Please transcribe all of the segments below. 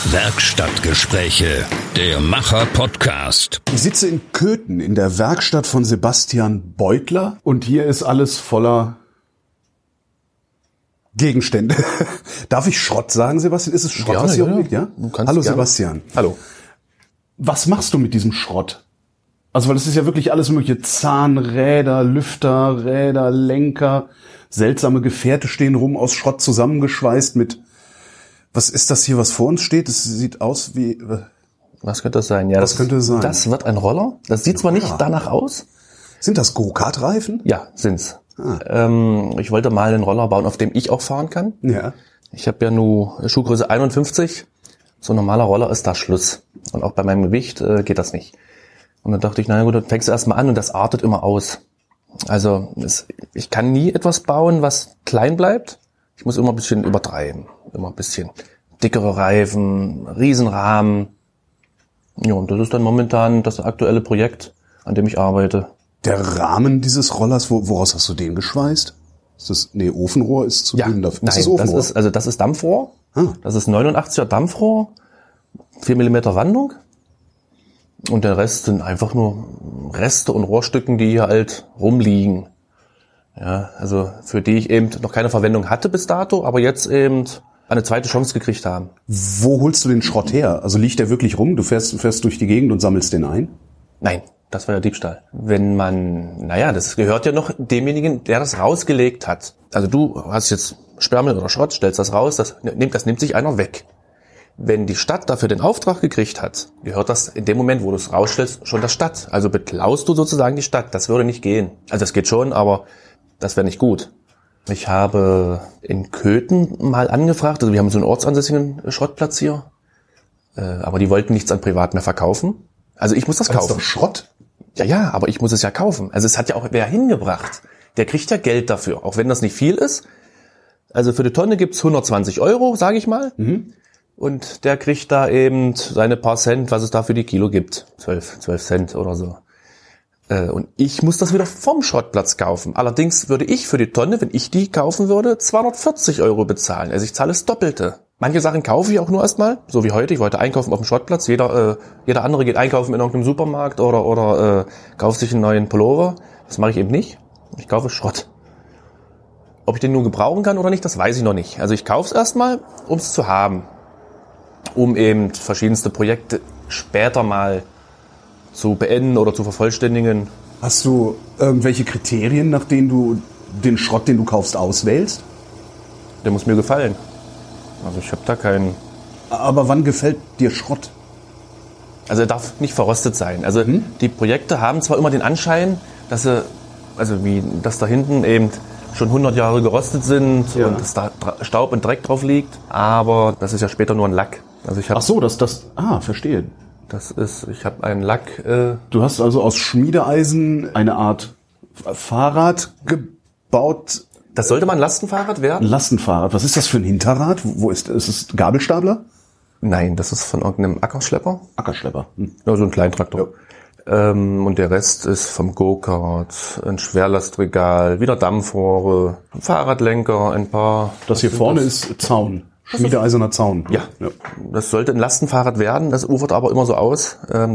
Werkstattgespräche, der Macher-Podcast. Ich sitze in Köthen in der Werkstatt von Sebastian Beutler und hier ist alles voller Gegenstände. Darf ich Schrott sagen, Sebastian? Ist es Schrott, was hier rumliegt? Ja? Hallo Sebastian. Hallo. Was machst du mit diesem Schrott? Also, weil es ist ja wirklich alles mögliche. Zahnräder, Lüfter, Räder, Lenker, seltsame Gefährte stehen rum, aus Schrott zusammengeschweißt mit... Was ist das hier, was vor uns steht? Es sieht aus wie... Was könnte das sein? Ja, was könnte es sein? Das wird ein Roller. Das sieht zwar nicht danach aus. Sind das Go-Kart-Reifen? Ja, sind's. Ich wollte mal einen Roller bauen, auf dem ich auch fahren kann. Ja. Ich habe ja nur Schuhgröße 51. So ein normaler Roller ist da Schluss. Und auch bei meinem Gewicht geht das nicht. Und dann dachte ich, naja gut, dann fängst du erstmal an und das artet immer aus. Also ich kann nie etwas bauen, was klein bleibt. Ich muss immer ein bisschen übertreiben. Immer ein bisschen dickere Reifen, Riesenrahmen. Ja, und das ist dann momentan das aktuelle Projekt, an dem ich arbeite. Der Rahmen dieses Rollers, woraus hast du den geschweißt? Ist das, Ofenrohr ist zu dünn dafür. Nein, das ist Dampfrohr. Das ist 89er Dampfrohr, 4 mm Wandung. Und der Rest sind einfach nur Reste und Rohrstücken, die hier halt rumliegen. Ja, also für die ich eben noch keine Verwendung hatte bis dato, aber jetzt eben eine zweite Chance gekriegt haben. Wo holst du den Schrott her? Also liegt der wirklich rum? Du fährst durch die Gegend und sammelst den ein? Nein, das war ja Diebstahl. Wenn man, das gehört ja noch demjenigen, der das rausgelegt hat. Also du hast jetzt Sperrmüll oder Schrott, stellst das raus, das nimmt sich einer weg. Wenn die Stadt dafür den Auftrag gekriegt hat, gehört das in dem Moment, wo du es rausstellst, schon der Stadt. Also beklaust du sozusagen die Stadt. Das würde nicht gehen. Also das geht schon, aber das wäre nicht gut. Ich habe in Köthen mal angefragt, also wir haben so einen ortsansässigen Schrottplatz hier, aber die wollten nichts an Privat mehr verkaufen. Also ich muss das kaufen. Das ist doch Schrott. Ja, aber ich muss es ja kaufen. Also es hat ja auch wer hingebracht. Der kriegt ja Geld dafür, auch wenn das nicht viel ist. Also für die Tonne gibt's 120 €, sage ich mal. Mhm. Und der kriegt da eben seine paar Cent, was es da für die Kilo gibt. 12 Cent oder so. Und ich muss das wieder vom Schrottplatz kaufen. Allerdings würde ich für die Tonne, wenn ich die kaufen würde, 240 € bezahlen. Also ich zahle das Doppelte. Manche Sachen kaufe ich auch nur erstmal, so wie heute. Ich wollte einkaufen auf dem Schrottplatz. Jeder andere geht einkaufen in irgendeinem Supermarkt oder kauft sich einen neuen Pullover. Das mache ich eben nicht. Ich kaufe Schrott. Ob ich den nur gebrauchen kann oder nicht, das weiß ich noch nicht. Also ich kaufe es erstmal, um es zu haben. Um eben verschiedenste Projekte später mal zu beenden oder zu vervollständigen. Hast du irgendwelche Kriterien, nach denen du den Schrott, den du kaufst, auswählst? Der muss mir gefallen. Also ich habe da keinen... Aber wann gefällt dir Schrott? Also er darf nicht verrostet sein. Also die Projekte haben zwar immer den Anschein, dass sie, also wie das da hinten eben schon 100 Jahre gerostet sind und dass da Staub und Dreck drauf liegt, aber das ist ja später nur ein Lack. Also ich habe... verstehe. Ich habe einen Lack... Du hast also aus Schmiedeeisen eine Art Fahrrad gebaut. Das sollte mal ein Lastenfahrrad werden? Ein Lastenfahrrad. Was ist das für ein Hinterrad? Wo ist es? Gabelstapler? Nein, das ist von irgendeinem Ackerschlepper. Ackerschlepper. Ja, so ein Kleintraktor. Ja. Und der Rest ist vom Go-Kart, ein Schwerlastregal, wieder Dampfrohre, Fahrradlenker, ein paar... Das hier vorne ist Zaun. Schmiedeeiserner Zaun. Ja, das sollte ein Lastenfahrrad werden, das ufert aber immer so aus.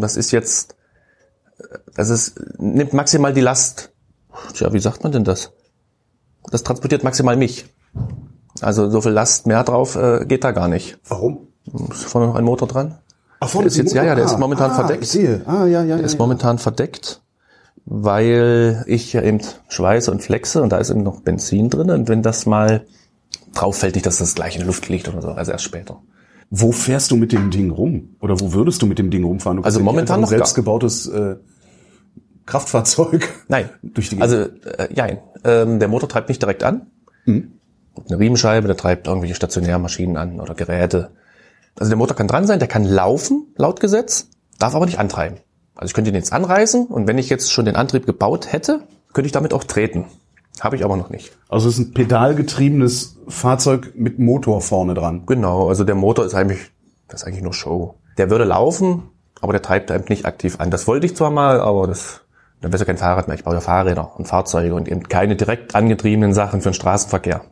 Nimmt maximal die Last. Tja, wie sagt man denn das? Das transportiert maximal mich. Also so viel Last mehr drauf geht da gar nicht. Warum? Ist vorne noch ein Motor dran? Ach, vorne ist jetzt, der ist momentan verdeckt. Ich sehe. Der ist momentan verdeckt, weil ich ja eben schweiße und flexe und da ist eben noch Benzin drin und wenn das mal drauf fällt, nicht, dass das gleich in der Luft liegt oder so, also erst später. Wo fährst du mit dem Ding rum? Oder wo würdest du mit dem Ding rumfahren? Also momentan noch ein selbstgebautes Kraftfahrzeug. Nein, durch die Gegend. Der Motor treibt nicht direkt an. Eine Riemenscheibe, der treibt irgendwelche Stationärmaschinen an oder Geräte. Also der Motor kann dran sein, der kann laufen, laut Gesetz, darf aber nicht antreiben. Also ich könnte ihn jetzt anreißen und wenn ich jetzt schon den Antrieb gebaut hätte, könnte ich damit auch treten. Habe ich aber noch nicht. Also es ist ein pedalgetriebenes Fahrzeug mit Motor vorne dran. Genau, also der Motor ist eigentlich nur Show. Der würde laufen, aber der treibt eben nicht aktiv an. Das wollte ich zwar mal, aber dann wäre ja kein Fahrrad mehr. Ich baue ja Fahrräder und Fahrzeuge und eben keine direkt angetriebenen Sachen für den Straßenverkehr.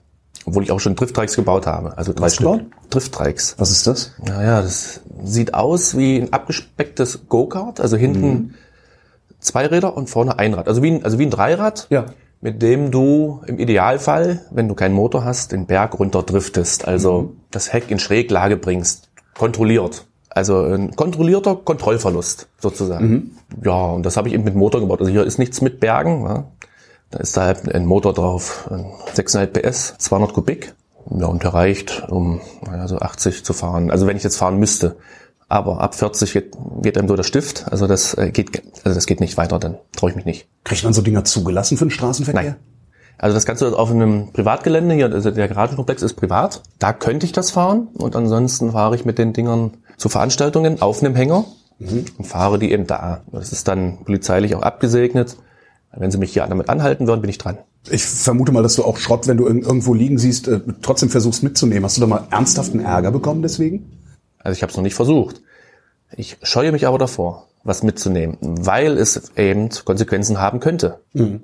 Obwohl ich auch schon Drift-Trikes gebaut habe. Also 3 Stück. Drift-Trikes. Was ist das? Naja, das sieht aus wie ein abgespecktes Go-Kart. Also hinten 2 Räder und vorne ein Rad. Also wie ein Dreirad, Ja. mit dem du im Idealfall, wenn du keinen Motor hast, den Berg runter driftest. Also das Heck in Schräglage bringst. Kontrolliert. Also ein kontrollierter Kontrollverlust sozusagen. Ja, und das habe ich eben mit Motor gebaut. Also hier ist nichts mit Bergen. Ja. Da ist da halt ein Motor drauf, 6,5 PS, 200 Kubik. Ja, und der reicht, um so 80 zu fahren. Also wenn ich jetzt fahren müsste. Aber ab 40 geht einem so der Stift. Also das geht nicht weiter, dann traue ich mich nicht. Kriegt man so Dinger zugelassen für den Straßenverkehr? Nein. Also das Ganze auf einem Privatgelände hier, also der Garagenkomplex ist privat. Da könnte ich das fahren. Und ansonsten fahre ich mit den Dingern zu Veranstaltungen auf einem Hänger und fahre die eben da. Das ist dann polizeilich auch abgesegnet. Wenn sie mich hier damit anhalten würden, bin ich dran. Ich vermute mal, dass du auch Schrott, wenn du irgendwo liegen siehst, trotzdem versuchst mitzunehmen. Hast du da mal ernsthaften Ärger bekommen deswegen? Also ich habe es noch nicht versucht. Ich scheue mich aber davor, was mitzunehmen, weil es eben Konsequenzen haben könnte.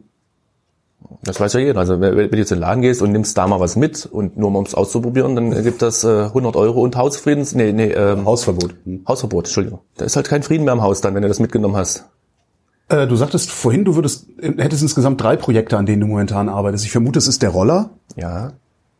Das weiß ja jeder. Also wenn du jetzt in den Laden gehst und nimmst da mal was mit und nur mal um es auszuprobieren, dann gibt das 100 Euro und Hausverbot. Hausverbot, Entschuldigung. Da ist halt kein Frieden mehr im Haus dann, wenn du das mitgenommen hast. Du sagtest vorhin, du hättest insgesamt 3 Projekte, an denen du momentan arbeitest. Ich vermute, es ist der Roller, Ja,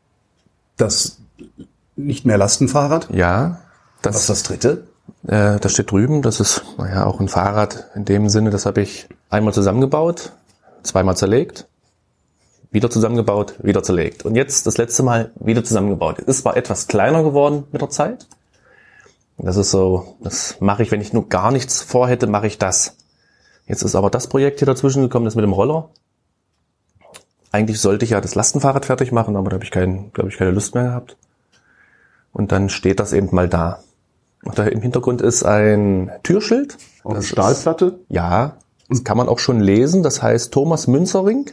das nicht mehr Lastenfahrrad. ja. Was ist das dritte? Das steht drüben. Das ist auch ein Fahrrad in dem Sinne. Das habe ich einmal zusammengebaut, 2-mal zerlegt, wieder zusammengebaut, wieder zerlegt. Und jetzt das letzte Mal wieder zusammengebaut. Es ist zwar etwas kleiner geworden mit der Zeit. Das ist so, das mache ich, wenn ich nur gar nichts vorhätte, mache ich das. Jetzt ist aber das Projekt hier dazwischen gekommen, das mit dem Roller. Eigentlich sollte ich ja das Lastenfahrrad fertig machen, aber da habe ich keine Lust mehr gehabt. Und dann steht das eben mal da. Und da im Hintergrund ist ein Türschild. Auf eine Stahlplatte? Ja, das kann man auch schon lesen. Das heißt Thomas Münzering.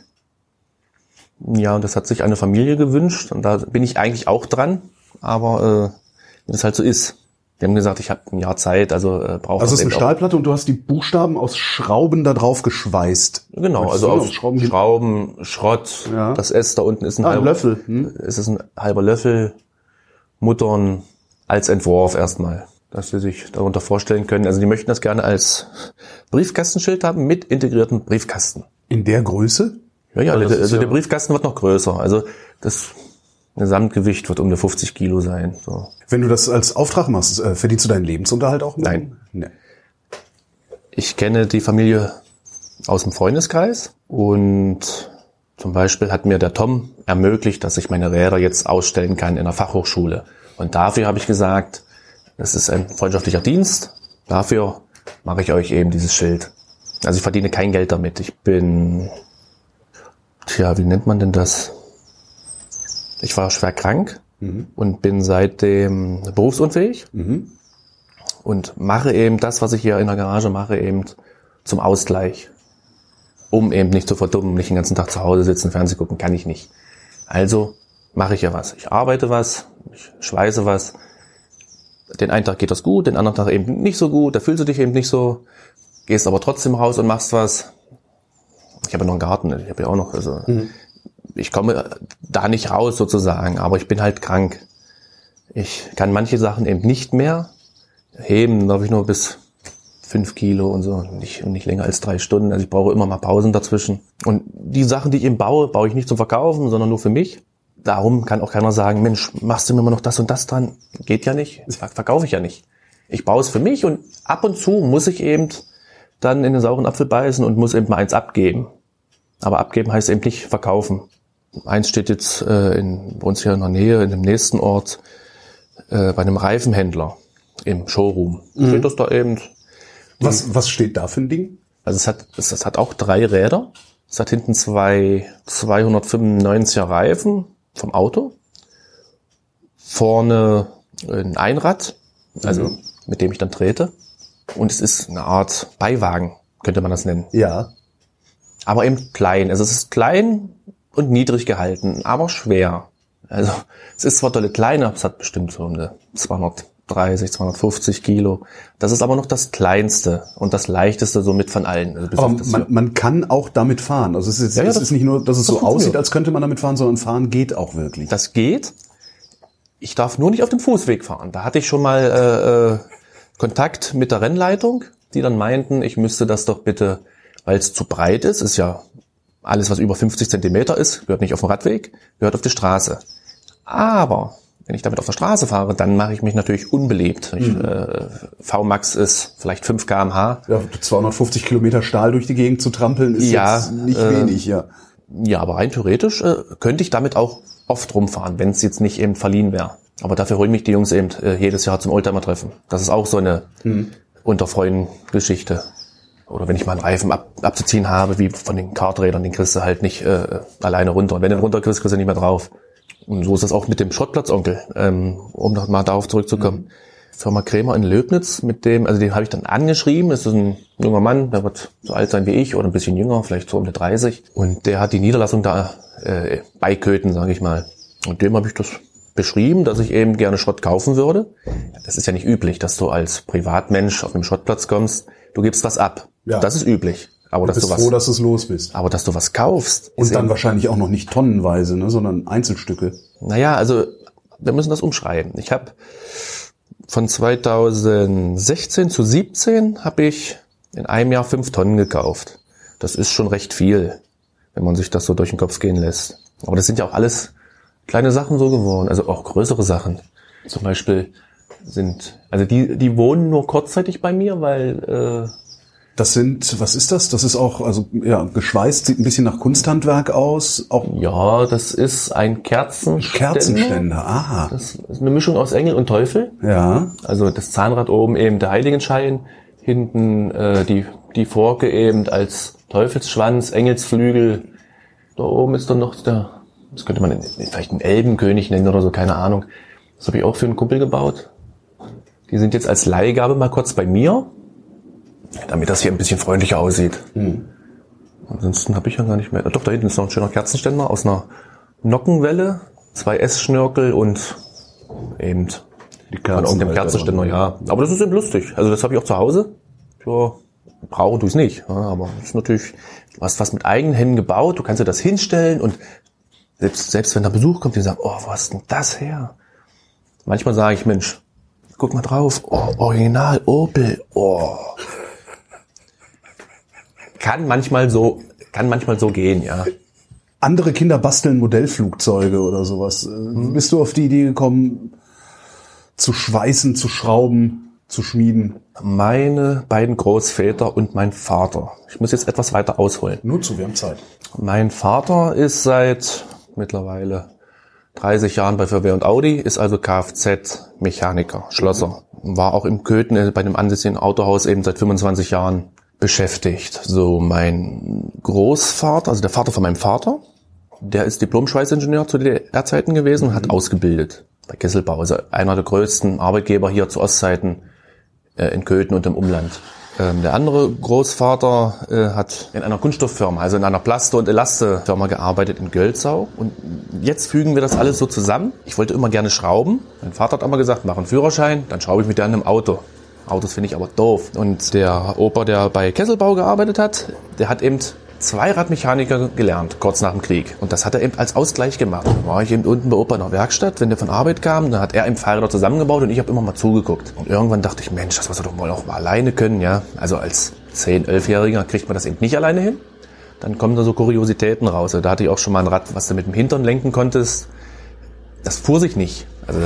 Ja, und das hat sich eine Familie gewünscht. Und da bin ich eigentlich auch dran. Aber wie das halt so ist. Die haben gesagt, ich habe ein Jahr Zeit, also brauche Also es ist eine Stahlplatte und du hast die Buchstaben aus Schrauben da drauf geschweißt. Genau, also aus Schrauben, Schrott. Ja. Das S da unten ist ein Löffel. Es ist ein halber Löffel. Muttern als Entwurf erstmal, dass sie sich darunter vorstellen können. Also die möchten das gerne als Briefkastenschild haben mit integriertem Briefkasten. In der Größe? Ja, also der Briefkasten wird noch größer. Also das Gesamtgewicht wird um die 50 Kilo sein. So. Wenn du das als Auftrag machst, verdienst du deinen Lebensunterhalt auch mit? Nein. Nee. Ich kenne die Familie aus dem Freundeskreis und zum Beispiel hat mir der Tom ermöglicht, dass ich meine Räder jetzt ausstellen kann in der Fachhochschule. Und dafür habe ich gesagt, das ist ein freundschaftlicher Dienst. Dafür mache ich euch eben dieses Schild. Also ich verdiene kein Geld damit. Ich bin, wie nennt man denn das? Ich war schwer krank und bin seitdem berufsunfähig und mache eben das, was ich hier in der Garage mache, eben zum Ausgleich. Um eben nicht zu verdummen, nicht den ganzen Tag zu Hause sitzen, Fernsehen gucken, kann ich nicht. Also mache ich ja was. Ich arbeite was, ich schweiße was. Den einen Tag geht das gut, den anderen Tag eben nicht so gut, da fühlst du dich eben nicht so, gehst aber trotzdem raus und machst was. Ich habe ja noch einen Garten, ich habe ja auch noch, also ich komme da nicht raus sozusagen, aber ich bin halt krank. Ich kann manche Sachen eben nicht mehr heben, darf ich nur bis 5 Kilo und so, nicht länger als 3 Stunden. Also ich brauche immer mal Pausen dazwischen. Und die Sachen, die ich eben baue ich nicht zum Verkaufen, sondern nur für mich. Darum kann auch keiner sagen, Mensch, machst du mir immer noch das und das dran? Geht ja nicht, verkaufe ich ja nicht. Ich baue es für mich und ab und zu muss ich eben dann in den sauren Apfel beißen und muss eben mal eins abgeben. Aber abgeben heißt eben nicht verkaufen. Eins steht jetzt bei uns hier in der Nähe, in dem nächsten Ort, bei einem Reifenhändler im Showroom. Steht das da eben. Was steht da für ein Ding? Also es hat auch 3 Räder. Es hat hinten 2 295er Reifen vom Auto. Vorne ein Einrad, also mit dem ich dann trete. Und es ist eine Art Beiwagen, könnte man das nennen. Ja. Aber eben klein. Also es ist klein und niedrig gehalten, aber schwer. Also es ist zwar dolle klein, aber es hat bestimmt so 200 230, 250 Kilo. Das ist aber noch das kleinste und das leichteste somit von allen. Also bis Aber auf das man kann auch damit fahren. Also es ist, es ist nicht nur, dass es so aussieht, als könnte man damit fahren, sondern fahren geht auch wirklich. Das geht. Ich darf nur nicht auf dem Fußweg fahren. Da hatte ich schon mal Kontakt mit der Rennleitung, die dann meinten, ich müsste das doch bitte, weil es zu breit ist ja alles, was über 50 Zentimeter ist, gehört nicht auf den Radweg, gehört auf die Straße. Aber wenn ich damit auf der Straße fahre, dann mache ich mich natürlich unbeliebt. VMAX ist vielleicht 5 km/h. Ja, 250 Kilometer Stahl durch die Gegend zu trampeln ist jetzt nicht wenig, ja. Ja, aber rein theoretisch könnte ich damit auch oft rumfahren, wenn es jetzt nicht eben verliehen wäre. Aber dafür holen mich die Jungs eben jedes Jahr zum Oldtimer-Treffen. Das ist auch so eine Unterfreundengeschichte. Oder wenn ich mal einen Reifen abzuziehen habe, wie von den Karträdern, den kriegst du halt nicht alleine runter. Und wenn du ihn runter kriegst du nicht mehr drauf. Und so ist das auch mit dem Schrottplatzonkel, um noch mal darauf zurückzukommen. Firma Krämer in Löbnitz, den habe ich dann angeschrieben. Das ist ein junger Mann, der wird so alt sein wie ich oder ein bisschen jünger, vielleicht so um die 30. Und der hat die Niederlassung da bei Köthen, sage ich mal. Und dem habe ich das beschrieben, dass ich eben gerne Schrott kaufen würde. Das ist ja nicht üblich, dass du als Privatmensch auf einem Schrottplatz kommst. Du gibst was ab. Ja. Das ist üblich. Aber du bist froh, dass du es los bist. Aber dass du was kaufst. Und dann wahrscheinlich auch noch nicht tonnenweise, ne, sondern Einzelstücke. Naja, also wir müssen das umschreiben. Ich habe von 2016 zu 17 habe ich in einem Jahr 5 Tonnen gekauft. Das ist schon recht viel, wenn man sich das so durch den Kopf gehen lässt. Aber das sind ja auch alles kleine Sachen so geworden, also auch größere Sachen. Zum Beispiel die wohnen nur kurzzeitig bei mir, weil das sind, was ist das? Das ist auch, also ja, geschweißt, sieht ein bisschen nach Kunsthandwerk aus. Auch ja, das ist ein Kerzenständer, aha. Das ist eine Mischung aus Engel und Teufel. Ja. Also das Zahnrad oben eben der Heiligenschein, hinten die Forke eben als Teufelsschwanz, Engelsflügel. Da oben ist dann noch das könnte man vielleicht einen Elbenkönig nennen oder so, keine Ahnung. Das habe ich auch für einen Kumpel gebaut. Die sind jetzt als Leihgabe mal kurz bei mir, damit das hier ein bisschen freundlicher aussieht. Ansonsten habe ich ja gar nicht mehr. Doch, da hinten ist noch ein schöner Kerzenständer aus einer Nockenwelle, 2 Essschnörkel und eben die Kerzen von dem Kerzenständer, ja. Aber das ist eben lustig. Also das habe ich auch zu Hause. Ja, brauchen tue ich es nicht. Ja, aber das ist natürlich, du hast was mit eigenen Händen gebaut, du kannst dir das hinstellen und selbst wenn da Besuch kommt, die sagen, oh, wo hast denn das her? Manchmal sage ich, Mensch, guck mal drauf, oh, Original Opel, oh. Kann manchmal so gehen, ja. Andere Kinder basteln Modellflugzeuge oder sowas. Bist du auf die Idee gekommen, zu schweißen, zu schrauben, zu schmieden? Meine beiden Großväter und mein Vater. Ich muss jetzt etwas weiter ausholen. Nur zu, wir haben Zeit. Mein Vater ist seit mittlerweile 30 Jahren bei VW und Audi, ist also Kfz-Mechaniker, Schlosser. War auch im Köthen bei einem ansässigen Autohaus eben seit 25 Jahren beschäftigt. So, mein Großvater, also der Vater von meinem Vater, der ist Diplom-Schweißingenieur zu DDR-Zeiten gewesen und hat ausgebildet bei Kesselbau. Also einer der größten Arbeitgeber hier zu Ostzeiten in Köthen und im Umland. Der andere Großvater hat in einer Kunststofffirma, also in einer Plaste- und Elaste-Firma gearbeitet in Gölzau. Und jetzt fügen wir das alles so zusammen. Ich wollte immer gerne schrauben. Mein Vater hat immer gesagt, mach einen Führerschein, dann schraube ich mit dir an einem Auto. Autos finde ich aber doof. Und der Opa, der bei Kesselbau gearbeitet hat, der hat eben Zweiradmechaniker gelernt, kurz nach dem Krieg. Und das hat er eben als Ausgleich gemacht. Dann war ich eben unten bei Opa in der Werkstatt, wenn der von Arbeit kam, dann hat er eben Fahrräder zusammengebaut und ich habe immer mal zugeguckt. Und irgendwann dachte ich, Mensch, das muss er doch mal auch mal alleine können, ja. Also als 10-, 11-Jähriger kriegt man das eben nicht alleine hin. Dann kommen da so Kuriositäten raus. Da hatte ich auch schon mal ein Rad, was du mit dem Hintern lenken konntest. Das fuhr sich nicht. Also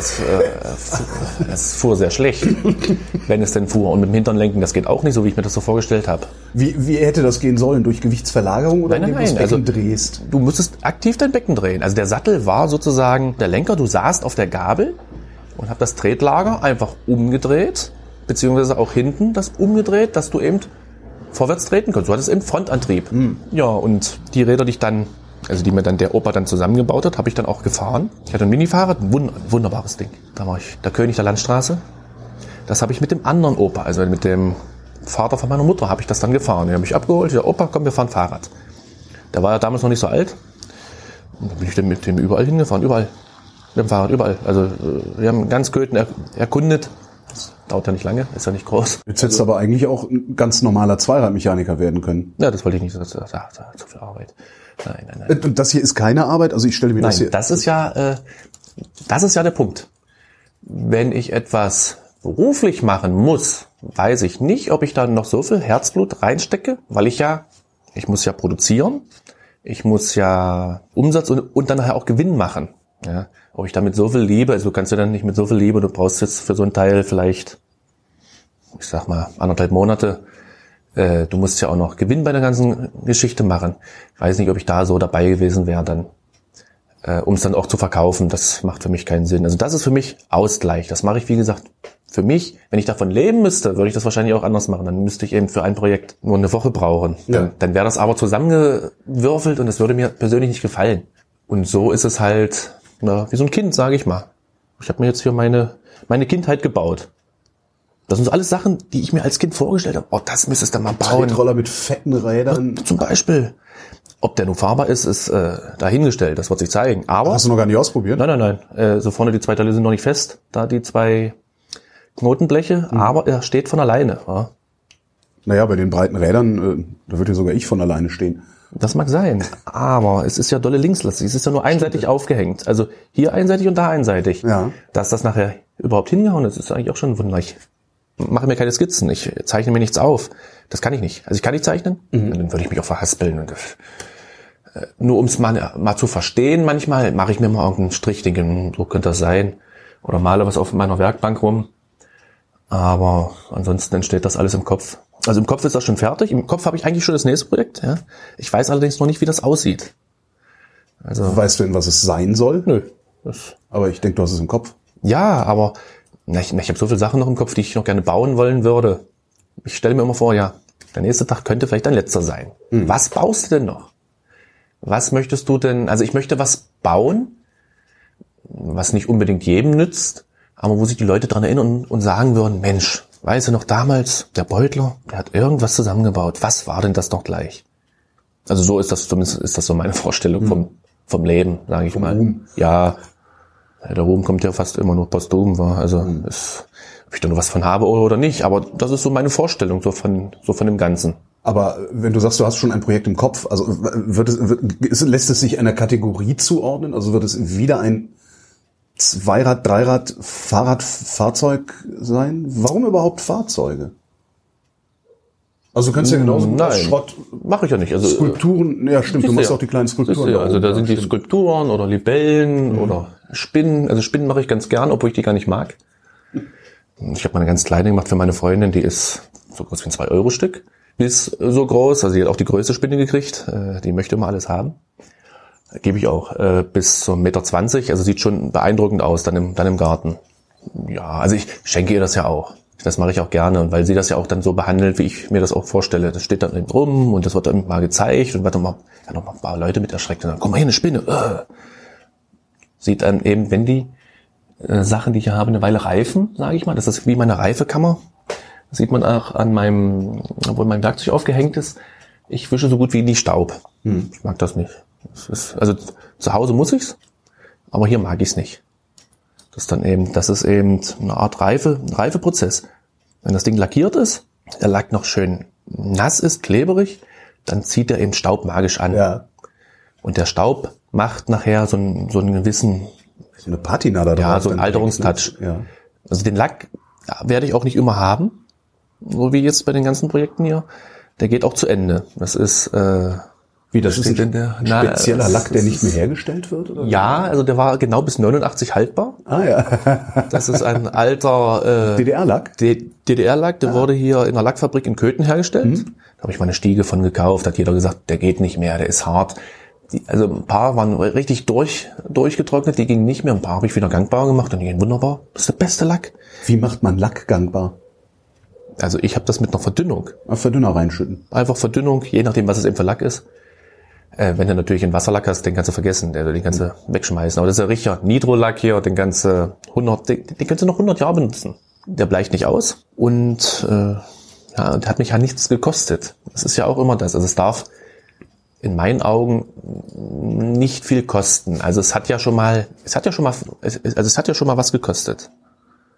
das fuhr sehr schlecht, wenn es denn fuhr. Und mit dem Hintern lenken, das geht auch nicht, so wie ich mir das so vorgestellt habe. Wie hätte das gehen sollen? Durch Gewichtsverlagerung oder indem du das Becken drehst? Du musstest aktiv dein Becken drehen. Also der Sattel war sozusagen der Lenker. Du saßt auf der Gabel und hab das Tretlager einfach umgedreht, beziehungsweise auch hinten das umgedreht, dass du eben vorwärts treten kannst. Du hattest eben Frontantrieb. Ja, und die Räder, die mir dann der Opa dann zusammengebaut hat, habe ich dann auch gefahren. Ich hatte ein Minifahrrad, ein wunderbares Ding. Da war ich der König der Landstraße. Das habe ich mit dem anderen Opa, also mit dem Vater von meiner Mutter, habe ich das dann gefahren. Den habe ich abgeholt. Der Opa, komm, wir fahren Fahrrad. Der war ja damals noch nicht so alt. Und dann bin ich dann mit dem überall hingefahren, überall. Mit dem Fahrrad, überall. Also wir haben ganz Köthen erkundet. Das dauert ja nicht lange, ist ja nicht groß. Jetzt hättest du aber eigentlich auch ein ganz normaler Zweiradmechaniker werden können. Ja, das wollte ich nicht, das ist zu viel Arbeit. Nein. Und das hier ist keine Arbeit? Also ich stelle mir das hier... Das ist ja der Punkt. Wenn ich etwas beruflich machen muss, weiß ich nicht, ob ich da noch so viel Herzblut reinstecke, weil ich muss ja produzieren, ich muss ja Umsatz und dann nachher auch Gewinn machen. Ja, ob ich damit so viel Liebe, also du kannst ja dann nicht mit so viel Liebe, du brauchst jetzt für so ein Teil vielleicht, ich sag mal, 1,5 Monate, du musst ja auch noch Gewinn bei der ganzen Geschichte machen. Ich weiß nicht, ob ich da so dabei gewesen wäre dann, um es dann auch zu verkaufen. Das macht für mich keinen Sinn. Also das ist für mich Ausgleich. Das mache ich, wie gesagt, für mich. Wenn ich davon leben müsste, würde ich das wahrscheinlich auch anders machen. Dann müsste ich eben für ein Projekt nur eine Woche brauchen. Ja. Dann wäre das aber zusammengewürfelt und das würde mir persönlich nicht gefallen. Und so ist es halt, wie so ein Kind, sage ich mal. Ich habe mir jetzt hier meine Kindheit gebaut. Das sind so alles Sachen, die ich mir als Kind vorgestellt habe. Oh, das müsstest du mal bauen. Tretroller mit fetten Rädern. Zum Beispiel. Ob der nun fahrbar ist dahingestellt. Das wird sich zeigen. Aber Hast du noch gar nicht ausprobiert? Nein. So vorne die zwei Teile sind noch nicht fest. Da die 2 Knotenbleche. Aber er steht von alleine. Ja. Naja, bei den breiten Rädern, da würde ja sogar ich von alleine stehen. Das mag sein. Aber es ist ja dolle linkslastig. Es ist ja nur einseitig aufgehängt. Also hier einseitig und da einseitig. Ja. Dass das nachher überhaupt hingehauen ist eigentlich auch schon wunderlich. Ich mache mir keine Skizzen. Ich zeichne mir nichts auf. Das kann ich nicht. Also ich kann nicht zeichnen. Dann würde ich mich auch verhaspeln. Und nur um es mal zu verstehen, manchmal mache ich mir mal irgendeinen Strich, denke, so könnte das sein. Oder male was auf meiner Werkbank rum. Aber ansonsten entsteht das alles im Kopf. Also im Kopf ist das schon fertig. Im Kopf habe ich eigentlich schon das nächste Projekt. Ja. Ich weiß allerdings noch nicht, wie das aussieht. Also Weißt du denn, was es sein soll? nö. Aber ich denke, du hast es im Kopf. Ja, aber ich habe so viele Sachen noch im Kopf, die ich noch gerne bauen wollen würde. Ich stelle mir immer vor, ja, der nächste Tag könnte vielleicht dein letzter sein. Was baust du denn noch? Was möchtest du denn? Also ich möchte was bauen, was nicht unbedingt jedem nützt, aber wo sich die Leute dran erinnern und sagen würden, Mensch, weißt du noch damals, der Beutler, der hat irgendwas zusammengebaut. Was war denn das noch gleich? Also so ist das, zumindest ist das so meine Vorstellung vom Leben, sage ich mal. Ruhm. Ja, der Ruhm kommt ja fast immer nur posthum, war. Also ob ich da nur was von habe oder nicht, aber das ist so meine Vorstellung so von dem Ganzen. Aber wenn du sagst, du hast schon ein Projekt im Kopf, also lässt es sich einer Kategorie zuordnen? Also wird es wieder ein Zweirad, Dreirad, Fahrzeug sein? Warum überhaupt Fahrzeuge? Also du kannst ja genauso gut aus Schrott... Mache ich ja nicht. Also Skulpturen, ja stimmt, du machst auch die kleinen Skulpturen. Also da sind die Skulpturen oder Libellen oder Spinnen. Also Spinnen mache ich ganz gern, obwohl ich die gar nicht mag. Ich habe mal eine ganz kleine gemacht für meine Freundin, die ist so groß wie ein 2-Euro-Stück. Die ist so groß, also die hat auch die größte Spinne gekriegt. Die möchte immer alles haben. Gebe ich auch. Bis so 1,20 Meter, also sieht schon beeindruckend aus dann im Garten. Ja, also ich schenke ihr das ja auch. Das mache ich auch gerne, und weil sie das ja auch dann so behandelt, wie ich mir das auch vorstelle. Das steht dann eben rum und das wird dann mal gezeigt und wird dann mal ein paar Leute mit erschreckt und dann, guck mal hier, eine Spinne. Sieht dann eben, wenn die Sachen, die ich hier habe, eine Weile reifen, sage ich mal. Das ist wie meine Reifekammer. Das sieht man auch an wo mein Werkzeug aufgehängt ist. Ich wische so gut wie nie Staub. Ich mag das nicht. Also zu Hause muss ich's, aber hier mag ich's nicht. Das ist eben eine Art Reifeprozess. Wenn das Ding lackiert ist, der Lack noch schön nass ist, kleberig, dann zieht er eben Staub magisch an. Ja. Und der Staub macht nachher so einen gewissen... So eine Patina da drauf. Ja, so ein Alterungstouch. Ja. Also den Lack werde ich auch nicht immer haben, so wie jetzt bei den ganzen Projekten hier. Der geht auch zu Ende. Das ist... Wie, das ist ein spezieller Lack, der nicht mehr hergestellt wird? Oder? Ja, also der war genau bis 89 haltbar. Ah ja. Das ist ein alter DDR-Lack? DDR-Lack, der wurde hier in einer Lackfabrik in Köthen hergestellt. Da habe ich mal eine Stiege von gekauft, hat jeder gesagt, der geht nicht mehr, der ist hart. Also ein paar waren richtig durchgetrocknet, die gingen nicht mehr. Ein paar habe ich wieder gangbar gemacht und die gehen wunderbar. Das ist der beste Lack. Wie macht man Lack gangbar? Also ich habe das mit einer Verdünnung. Verdünner reinschütten. Einfach Verdünnung, je nachdem, was es eben für Lack ist. Wenn du natürlich einen Wasserlack hast, den kannst du vergessen, den kannst du wegschmeißen. Aber das ist ja richtiger Nitro-Lack hier, den kannst du noch 100 Jahre benutzen. Der bleicht nicht aus und der hat mich ja nichts gekostet. Das ist ja auch immer das. Also es darf in meinen Augen nicht viel kosten. Also es hat ja schon mal was gekostet.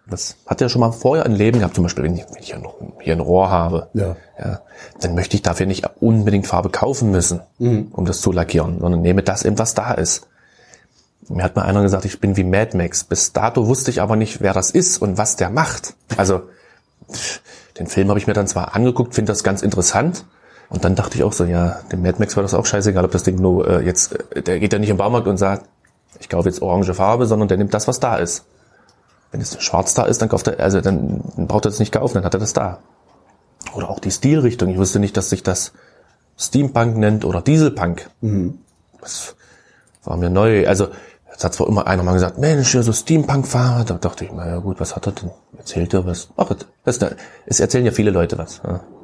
Das hat er schon mal vorher ein Leben gehabt, zum Beispiel, wenn ich hier ein Rohr habe, ja, dann möchte ich dafür nicht unbedingt Farbe kaufen müssen, um das zu lackieren, sondern nehme das eben, was da ist. Mir hat mal einer gesagt, ich bin wie Mad Max. Bis dato wusste ich aber nicht, wer das ist und was der macht. Also, den Film habe ich mir dann zwar angeguckt, finde das ganz interessant. Und dann dachte ich auch so, ja, dem Mad Max war das auch scheißegal, ob das Ding nur der geht ja nicht im Baumarkt und sagt, ich kaufe jetzt orange Farbe, sondern der nimmt das, was da ist. Wenn es schwarz da ist, dann kauft er, also dann braucht er das nicht kaufen, dann hat er das da. Oder auch die Stilrichtung. Ich wusste nicht, dass sich das Steampunk nennt oder Dieselpunk. Das war mir neu. Also, jetzt hat zwar immer einer mal gesagt, Mensch, ja, so Steampunk-Fahrer. Da dachte ich, naja gut, was hat er denn? Erzählt er was? Ach, es erzählen ja viele Leute was.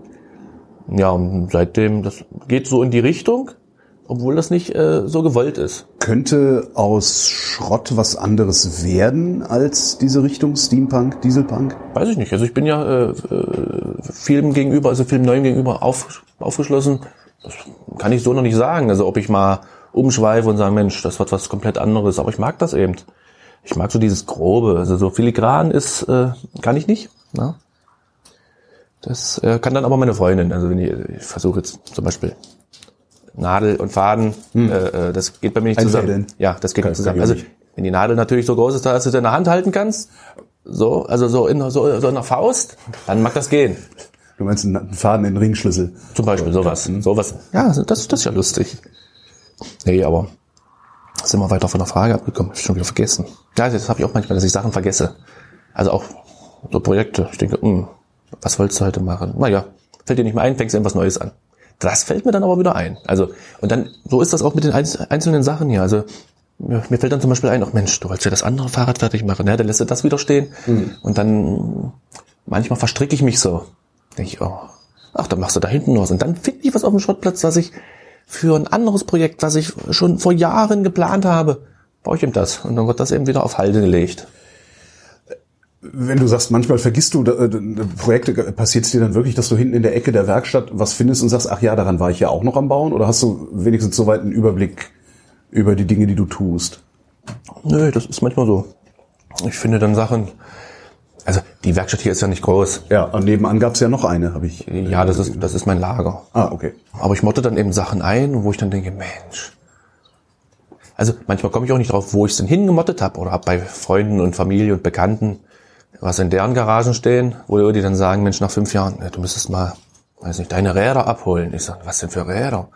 Ja, und seitdem, das geht so in die Richtung, obwohl das nicht so gewollt ist. Könnte aus Schrott was anderes werden als diese Richtung Steampunk, Dieselpunk? Weiß ich nicht. Also ich bin ja Film Neuem gegenüber aufgeschlossen. Das kann ich so noch nicht sagen. Also ob ich mal umschweife und sage, Mensch, das wird was komplett anderes. Aber ich mag das eben. Ich mag so dieses Grobe. Also so filigran ist, kann ich nicht. Na? Das kann dann aber meine Freundin. Also wenn ich versuche jetzt zum Beispiel Nadel und Faden, das geht bei mir nicht zusammen. Ja, das geht nicht zusammen. Also wenn die Nadel natürlich so groß ist, dass du sie in der Hand halten kannst, so in der Faust, dann mag das gehen. Du meinst einen Faden in den Ringschlüssel? Zum Beispiel sowas. Ja, das ist ja lustig. Nee, aber sind wir weiter von der Frage abgekommen. Hab ich schon wieder vergessen. Ja, das habe ich auch manchmal, dass ich Sachen vergesse. Also auch so Projekte. Ich denke, was wolltest du heute machen? Naja, fällt dir nicht mehr ein, fängst irgendwas Neues an. Das fällt mir dann aber wieder ein. Also, und dann, so ist das auch mit den einzelnen Sachen hier. Also, mir fällt dann zum Beispiel ein, ach Mensch, du wolltest ja das andere Fahrrad fertig machen. Ja, dann lässt du das wieder stehen. Und dann, manchmal verstricke ich mich so. Denke ich, dann machst du da hinten was. Und dann finde ich was auf dem Schrottplatz, was ich für ein anderes Projekt, was ich schon vor Jahren geplant habe, baue ich eben das. Und dann wird das eben wieder auf Halde gelegt. Wenn du sagst, manchmal vergisst du Projekte, passiert es dir dann wirklich, dass du hinten in der Ecke der Werkstatt was findest und sagst, ach ja, daran war ich ja auch noch am Bauen? Oder hast du wenigstens soweit einen Überblick über die Dinge, die du tust? Nö, das ist manchmal so. Ich finde dann Sachen, also die Werkstatt hier ist ja nicht groß. Ja, und nebenan gab es ja noch eine, habe ich. Ja, das ist mein Lager. Ah, okay. Aber ich motte dann eben Sachen ein, wo ich dann denke, Mensch. Also manchmal komme ich auch nicht drauf, wo ich es denn hingemottet habe oder habe bei Freunden und Familie und Bekannten was in deren Garagen stehen, wo die dann sagen, Mensch, nach 5 Jahren, du müsstest mal, weiß nicht, deine Räder abholen. Ich sage, was denn für Räder?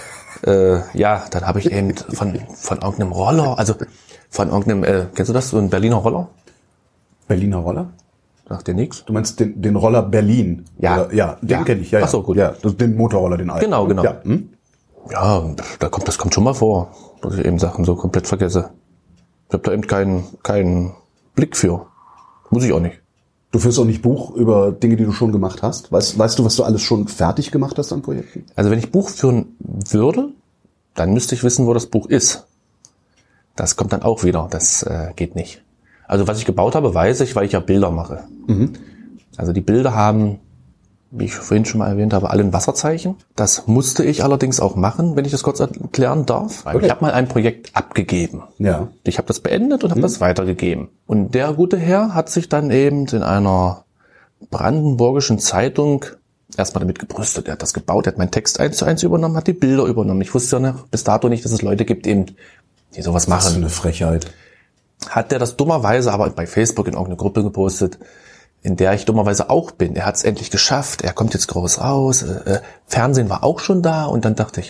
Ja, dann habe ich eben von irgendeinem Roller, also von irgendeinem, kennst du das, so ein Berliner Roller? Berliner Roller? Sagt dir nichts? Du meinst den Roller Berlin? Ja. Oder, ja, den kenne ich, ja. Ach so, gut. Ja, den Motorroller, den alten. Genau. Ja, ja, das kommt schon mal vor, dass ich eben Sachen so komplett vergesse. Ich habe da eben keinen Blick für. Muss ich auch nicht. Du führst auch nicht Buch über Dinge, die du schon gemacht hast? Weißt du, was du alles schon fertig gemacht hast an Projekten? Also wenn ich Buch führen würde, dann müsste ich wissen, wo das Buch ist. Das kommt dann auch wieder. Das geht nicht. Also was ich gebaut habe, weiß ich, weil ich ja Bilder mache. Also die Bilder haben, wie ich vorhin schon mal erwähnt habe, alle ein Wasserzeichen. Das musste ich allerdings auch machen, wenn ich das kurz erklären darf. Okay. Ich habe mal ein Projekt abgegeben. Ja. Ich habe das beendet und habe das weitergegeben. Und der gute Herr hat sich dann eben in einer brandenburgischen Zeitung erstmal damit gebrüstet. Er hat das gebaut, er hat meinen Text 1:1 übernommen, hat die Bilder übernommen. Ich wusste ja bis dato nicht, dass es Leute gibt, eben, die sowas machen. Das ist eine Frechheit. Hat der das dummerweise aber bei Facebook in irgendeine Gruppe gepostet, in der ich dummerweise auch bin. Er hat es endlich geschafft, er kommt jetzt groß raus, Fernsehen war auch schon da und dann dachte ich,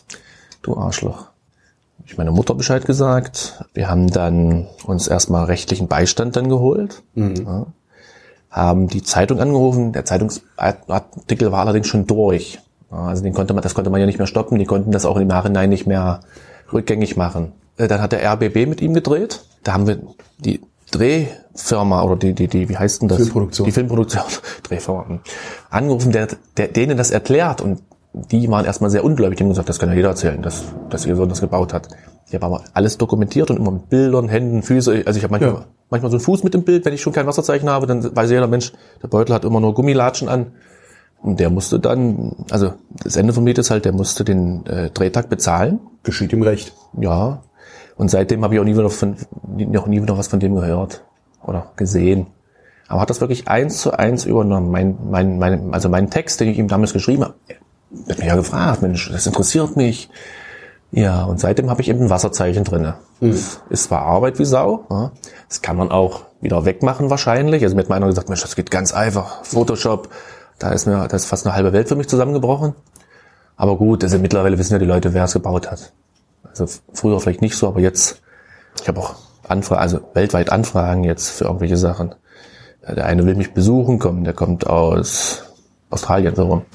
du Arschloch. Hab ich meine Mutter Bescheid gesagt. Wir haben dann uns erstmal rechtlichen Beistand dann geholt, ja, haben die Zeitung angerufen, der Zeitungsartikel war allerdings schon durch. Ja, also das konnte man ja nicht mehr stoppen, die konnten das auch im Nachhinein nicht mehr rückgängig machen. Dann hat der RBB mit ihm gedreht, da haben wir die Drehfirma oder die wie heißt denn das? Filmproduktion. Die Filmproduktion, Drehfirma, angerufen, denen das erklärt und die waren erstmal sehr ungläubig, die haben gesagt, das kann ja jeder erzählen, dass ihr so das gebaut hat. Ich habe aber alles dokumentiert und immer mit Bildern, Händen, Füße, also ich habe manchmal so einen Fuß mit dem Bild, wenn ich schon kein Wasserzeichen habe, dann weiß jeder Mensch, der Beutel hat immer nur Gummilatschen an und der musste dann, also das Ende vom Lied ist halt, der musste den Drehtag bezahlen. Geschieht ihm recht. Ja. Und seitdem habe ich auch nie wieder was von dem gehört oder gesehen. Aber hat das wirklich 1:1 übernommen. Mein Text, den ich ihm damals geschrieben habe, hat mich ja gefragt, Mensch, das interessiert mich. Ja, und seitdem habe ich eben ein Wasserzeichen drinne. Das ist zwar Arbeit wie Sau, ja. Das kann man auch wieder wegmachen wahrscheinlich. Also mir hat mal einer gesagt, Mensch, das geht ganz einfach. Photoshop, da ist fast eine halbe Welt für mich zusammengebrochen. Aber gut, also mittlerweile wissen ja die Leute, wer es gebaut hat. Also früher vielleicht nicht so, aber jetzt, ich habe auch weltweit Anfragen jetzt für irgendwelche Sachen. Der eine will mich besuchen kommen, der kommt aus Australien so rum.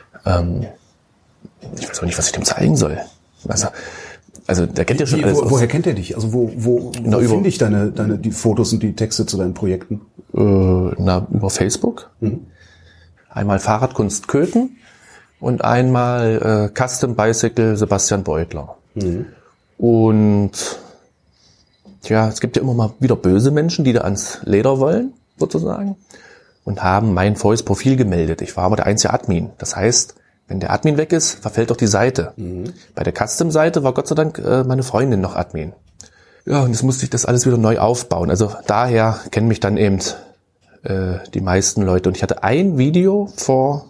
Ich weiß auch nicht, was ich dem zeigen soll. Also der kennt ja schon alles. Woher kennt er dich? Also wo finde ich die Fotos und die Texte zu deinen Projekten? Über Facebook. Einmal Fahrradkunst Köthen und einmal Custom Bicycle Sebastian Beutler. Und ja, es gibt ja immer mal wieder böse Menschen, die da ans Leder wollen, sozusagen, und haben mein volles Profil gemeldet. Ich war aber der einzige Admin. Das heißt, wenn der Admin weg ist, verfällt doch die Seite. Bei der Custom-Seite war Gott sei Dank meine Freundin noch Admin. Ja, und jetzt musste ich das alles wieder neu aufbauen. Also daher kennen mich dann eben die meisten Leute. Und ich hatte ein Video vor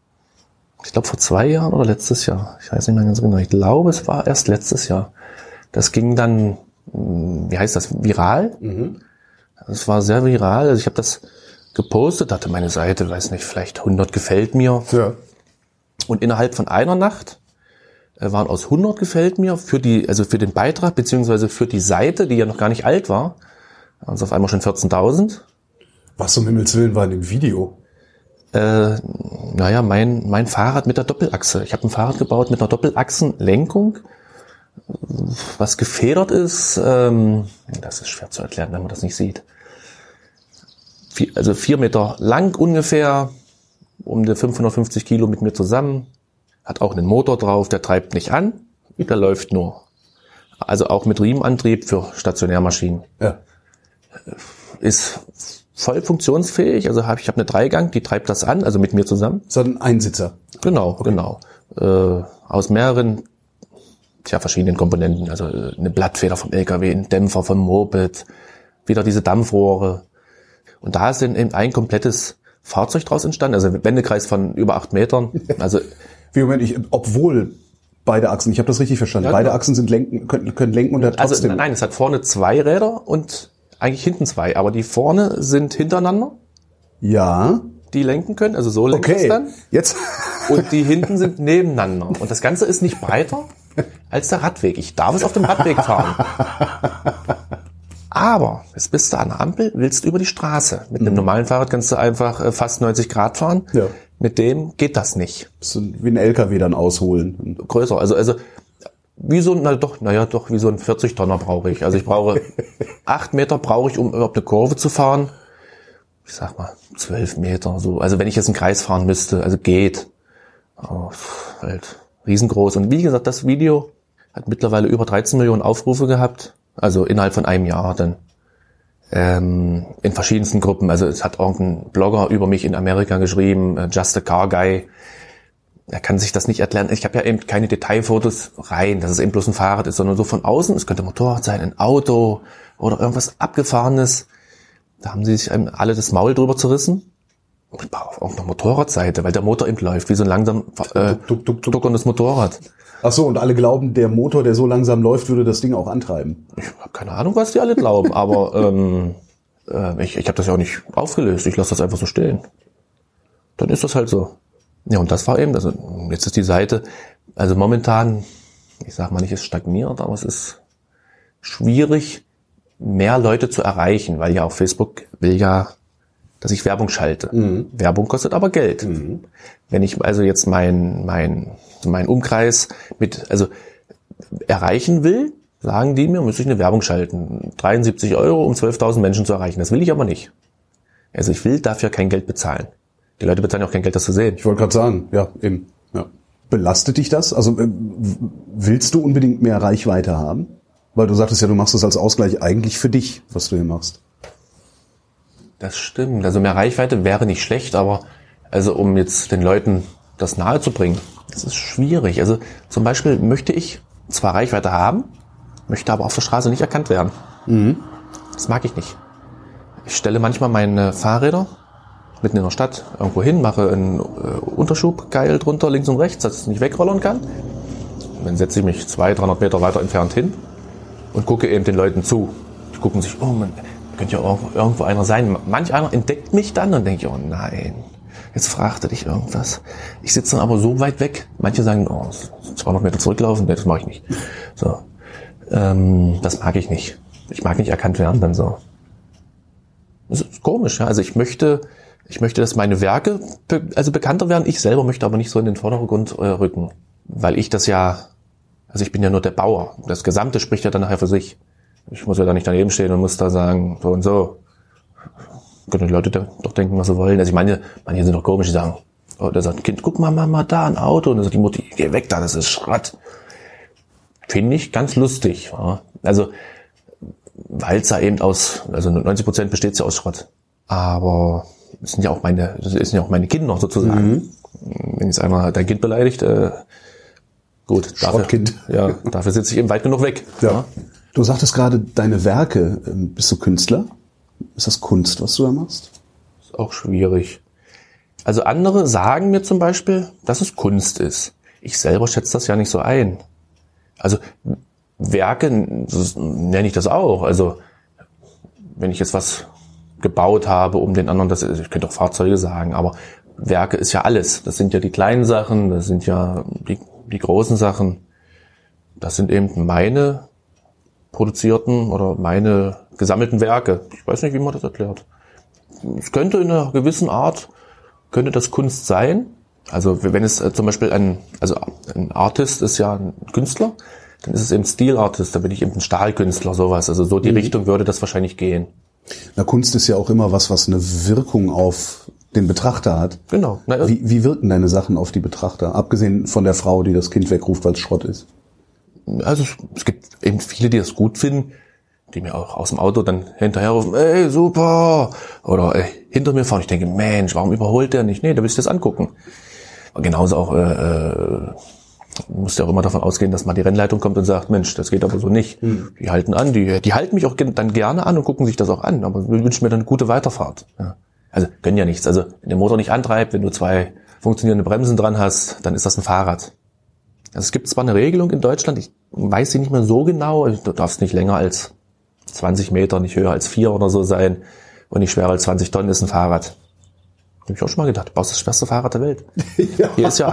2 Jahren oder letztes Jahr. Ich weiß nicht mehr ganz genau. Ich glaube, es war erst letztes Jahr. Das ging dann, wie heißt das, viral. Das war sehr viral. Also ich habe das gepostet, hatte meine Seite, weiß nicht, vielleicht 100 gefällt mir. Ja. Und innerhalb von einer Nacht waren aus 100 gefällt mir für den Beitrag beziehungsweise für die Seite, die ja noch gar nicht alt war, waren es auf einmal schon 14.000. Was um Himmels Willen war in dem Video? Mein Fahrrad mit der Doppelachse. Ich habe ein Fahrrad gebaut mit einer Doppelachsenlenkung, was gefedert ist. Das ist schwer zu erklären, wenn man das nicht sieht. 4 Meter lang ungefähr, um die 550 Kilo mit mir zusammen. Hat auch einen Motor drauf, der treibt nicht an, der läuft nur. Also auch mit Riemenantrieb für Stationärmaschinen. Ja. Ist voll funktionsfähig, also ich habe eine Dreigang, die treibt das an, also mit mir zusammen. So ein Einsitzer. Genau. Aus mehreren verschiedenen Komponenten, also eine Blattfeder vom LKW, ein Dämpfer vom Moped, wieder diese Dampfrohre. Und da ist dann eben ein komplettes Fahrzeug draus entstanden, also ein Wendekreis von über 8 Metern. Also obwohl beide Achsen, ich habe das richtig verstanden, beide Achsen sind können lenken und er trotzdem... Also nein, es hat vorne 2 Räder und eigentlich hinten 2, aber die vorne sind hintereinander. Ja. Die lenken können, also so lenkt es dann. Jetzt. Und die hinten sind nebeneinander. Und das Ganze ist nicht breiter als der Radweg. Ich darf es auf dem Radweg fahren. Aber jetzt bist du an der Ampel, willst du über die Straße. Mit einem normalen Fahrrad kannst du einfach fast 90 Grad fahren. Ja. Mit dem geht das nicht. So wie ein LKW dann ausholen. Größer, also wie so ein 40-Tonner brauche ich. Also ich brauche 8 Meter brauche ich, um überhaupt eine Kurve zu fahren. Ich sag mal 12 Meter so. Also wenn ich jetzt einen Kreis fahren müsste, also geht. Aber halt riesengroß. Und wie gesagt, das Video hat mittlerweile über 13 Millionen Aufrufe gehabt. Also innerhalb von einem Jahr dann. In verschiedensten Gruppen. Also es hat irgendein Blogger über mich in Amerika geschrieben, Just a Car Guy. Er kann sich das nicht erklären. Ich habe ja eben keine Detailfotos rein, dass es eben bloß ein Fahrrad ist, sondern so von außen. Es könnte ein Motorrad sein, ein Auto oder irgendwas Abgefahrenes. Da haben sie sich alle das Maul drüber zerrissen. Und auf irgendeiner Motorradseite, weil der Motor eben läuft, wie so ein langsam duckerndes Motorrad. Ach so, und alle glauben, der Motor, der so langsam läuft, würde das Ding auch antreiben. Ich habe keine Ahnung, was die alle glauben, aber ich habe das ja auch nicht aufgelöst. Ich lasse das einfach so stehen. Dann ist das halt so. Ja, und das war eben, also jetzt ist die Seite, also momentan, ich sag mal nicht, es stagniert, aber es ist schwierig, mehr Leute zu erreichen, weil ja auch Facebook will ja, dass ich Werbung schalte. Werbung kostet aber Geld. Wenn ich also jetzt mein Umkreis erreichen will, sagen die mir, müsste ich eine Werbung schalten. 73 €, um 12.000 Menschen zu erreichen. Das will ich aber nicht. Also ich will dafür kein Geld bezahlen. Die Leute bezahlen auch kein Geld, das zu sehen. Ich wollte gerade sagen, ja, eben. Ja. Belastet dich das? Also willst du unbedingt mehr Reichweite haben? Weil du sagtest ja, du machst das als Ausgleich eigentlich für dich, was du hier machst. Das stimmt. Also mehr Reichweite wäre nicht schlecht, aber also um jetzt den Leuten das nahe zu bringen, das ist schwierig. Also zum Beispiel möchte ich zwar Reichweite haben, möchte aber auf der Straße nicht erkannt werden. Das mag ich nicht. Ich stelle manchmal meine Fahrräder mitten in der Stadt irgendwo hin, mache einen Unterschub geil drunter, links und rechts, dass es nicht wegrollern kann. Und dann setze ich mich 200-300 Meter weiter entfernt hin und gucke eben den Leuten zu. Die gucken sich, oh man, könnte ja irgendwo einer sein. Manch einer entdeckt mich dann und denke ich, oh nein, jetzt fragt er dich irgendwas. Ich sitze dann aber so weit weg. Manche sagen, oh, 200 Meter zurücklaufen, das mache ich nicht. So, das mag ich nicht. Ich mag nicht erkannt werden dann so. Das ist komisch, ja. Also ich möchte, dass meine Werke bekannter werden. Ich selber möchte aber nicht so in den Vordergrund rücken. Weil ich das ja, also ich bin ja nur der Bauer. Das Gesamte spricht ja dann nachher für sich. Ich muss ja da nicht daneben stehen und muss da sagen, so und so. Können die Leute doch denken, was sie wollen. Also ich meine, manche sind doch komisch, die sagen, oh, da sagt ein Kind, guck mal, Mama, da ein Auto. Und dann sagt die Mutter, geh weg da, das ist Schrott. Finde ich ganz lustig. Ja. Also, weil es ja eben also 90% besteht es ja aus Schrott. Aber das sind ja auch meine Kinder sozusagen. Mhm. Wenn jetzt einer dein Kind beleidigt, gut. Schrottkind. Dafür sitze ich eben weit genug weg. Ja. Du sagtest gerade, deine Werke, bist du Künstler? Ist das Kunst, was du da machst? Ist auch schwierig. Also andere sagen mir zum Beispiel, dass es Kunst ist. Ich selber schätze das ja nicht so ein. Also Werke nenne ich das auch. Also wenn ich jetzt was gebaut habe, um den anderen, ich könnte auch Fahrzeuge sagen, aber Werke ist ja alles. Das sind ja die kleinen Sachen, das sind ja die großen Sachen. Das sind eben meine produzierten oder meine gesammelten Werke. Ich weiß nicht, wie man das erklärt. Es könnte in einer gewissen Art, könnte das Kunst sein. Also wenn es zum Beispiel ein Artist ist ja ein Künstler, dann ist es eben Stilartist, dann bin ich eben ein Stahlkünstler, sowas. Also so die Richtung würde das wahrscheinlich gehen. Na, Kunst ist ja auch immer was eine Wirkung auf den Betrachter hat. Genau. Wie wirken deine Sachen auf die Betrachter? Abgesehen von der Frau, die das Kind wegruft, weil es Schrott ist. Also es gibt eben viele, die das gut finden, die mir auch aus dem Auto dann hinterherrufen, ey, super, oder hinter mir fahren. Ich denke, Mensch, warum überholt der nicht? Nee, da will ich das angucken. Und genauso auch, musst ja auch immer davon ausgehen, dass mal die Rennleitung kommt und sagt, Mensch, das geht aber so nicht. Die halten an, die halten mich auch dann gerne an und gucken sich das auch an, aber wünschen mir dann eine gute Weiterfahrt. Ja. Also können ja nichts. Also wenn der Motor nicht antreibt, wenn du 2 funktionierende Bremsen dran hast, dann ist das ein Fahrrad. Also es gibt zwar eine Regelung in Deutschland, ich weiß sie nicht mehr so genau, du darfst nicht länger als 20 Meter, nicht höher als 4 oder so sein und nicht schwerer als 20 Tonnen ist ein Fahrrad. Habe ich auch schon mal gedacht, du baust das schwerste Fahrrad der Welt. Ja. Hier ist ja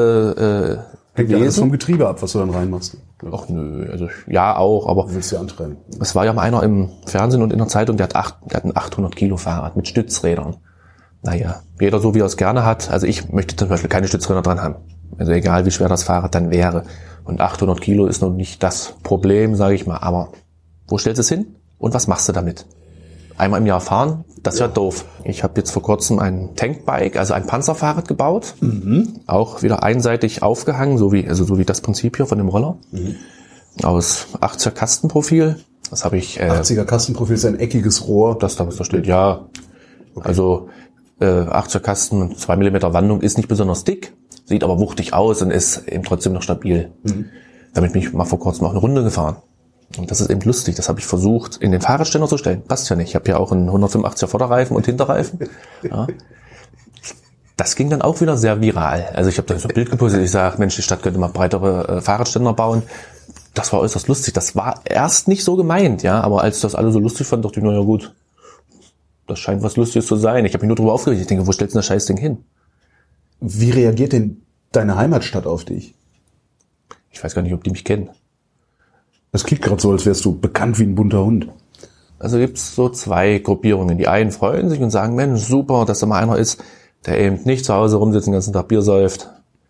einer hängt ja alles vom Getriebe ab, was du dann reinmachst. Ach nö, also ja auch, aber du willst ja antreiben. Es war ja mal einer im Fernsehen und in der Zeitung, der hat ein 800 Kilo Fahrrad mit Stützrädern. Naja, jeder so wie er es gerne hat. Also ich möchte zum Beispiel keine Stützräder dran haben. Also egal wie schwer das Fahrrad dann wäre. Und 800 Kilo ist noch nicht das Problem, sage ich mal. Aber wo stellst du es hin und was machst du damit? Einmal im Jahr fahren, das ist ja doof. Ich habe jetzt vor kurzem ein Tankbike, also ein Panzerfahrrad gebaut. Auch wieder einseitig aufgehangen, so wie das Prinzip hier von dem Roller. Aus 80er Kastenprofil. Das habe ich. 80er Kastenprofil ist ein eckiges Rohr. Das da steht, ja. Okay. Also 80er Kasten und 2 mm Wandung ist nicht besonders dick, sieht aber wuchtig aus und ist eben trotzdem noch stabil. Damit bin ich mal vor kurzem auch eine Runde gefahren. Und das ist eben lustig, das habe ich versucht in den Fahrradständer zu stellen. Passt ja nicht, ich habe ja auch einen 185er Vorderreifen und Hinterreifen. Ja. Das ging dann auch wieder sehr viral. Also ich habe da so ein Bild gepostet, ich sage, Mensch, die Stadt könnte mal breitere Fahrradständer bauen. Das war äußerst lustig. Das war erst nicht so gemeint, ja, aber als das alle so lustig fanden, dachte ich, naja gut, das scheint was Lustiges zu sein. Ich habe mich nur darüber aufgeregt. Ich denke, wo stellst du das Scheißding hin? Wie reagiert denn deine Heimatstadt auf dich? Ich weiß gar nicht, ob die mich kennen. Das klingt gerade so, als wärst du bekannt wie ein bunter Hund. Also gibt's so 2 Gruppierungen. Die einen freuen sich und sagen, Mensch, super, dass da mal einer ist, der eben nicht zu Hause rumsitzt, den ganzen Tag Bier säuft,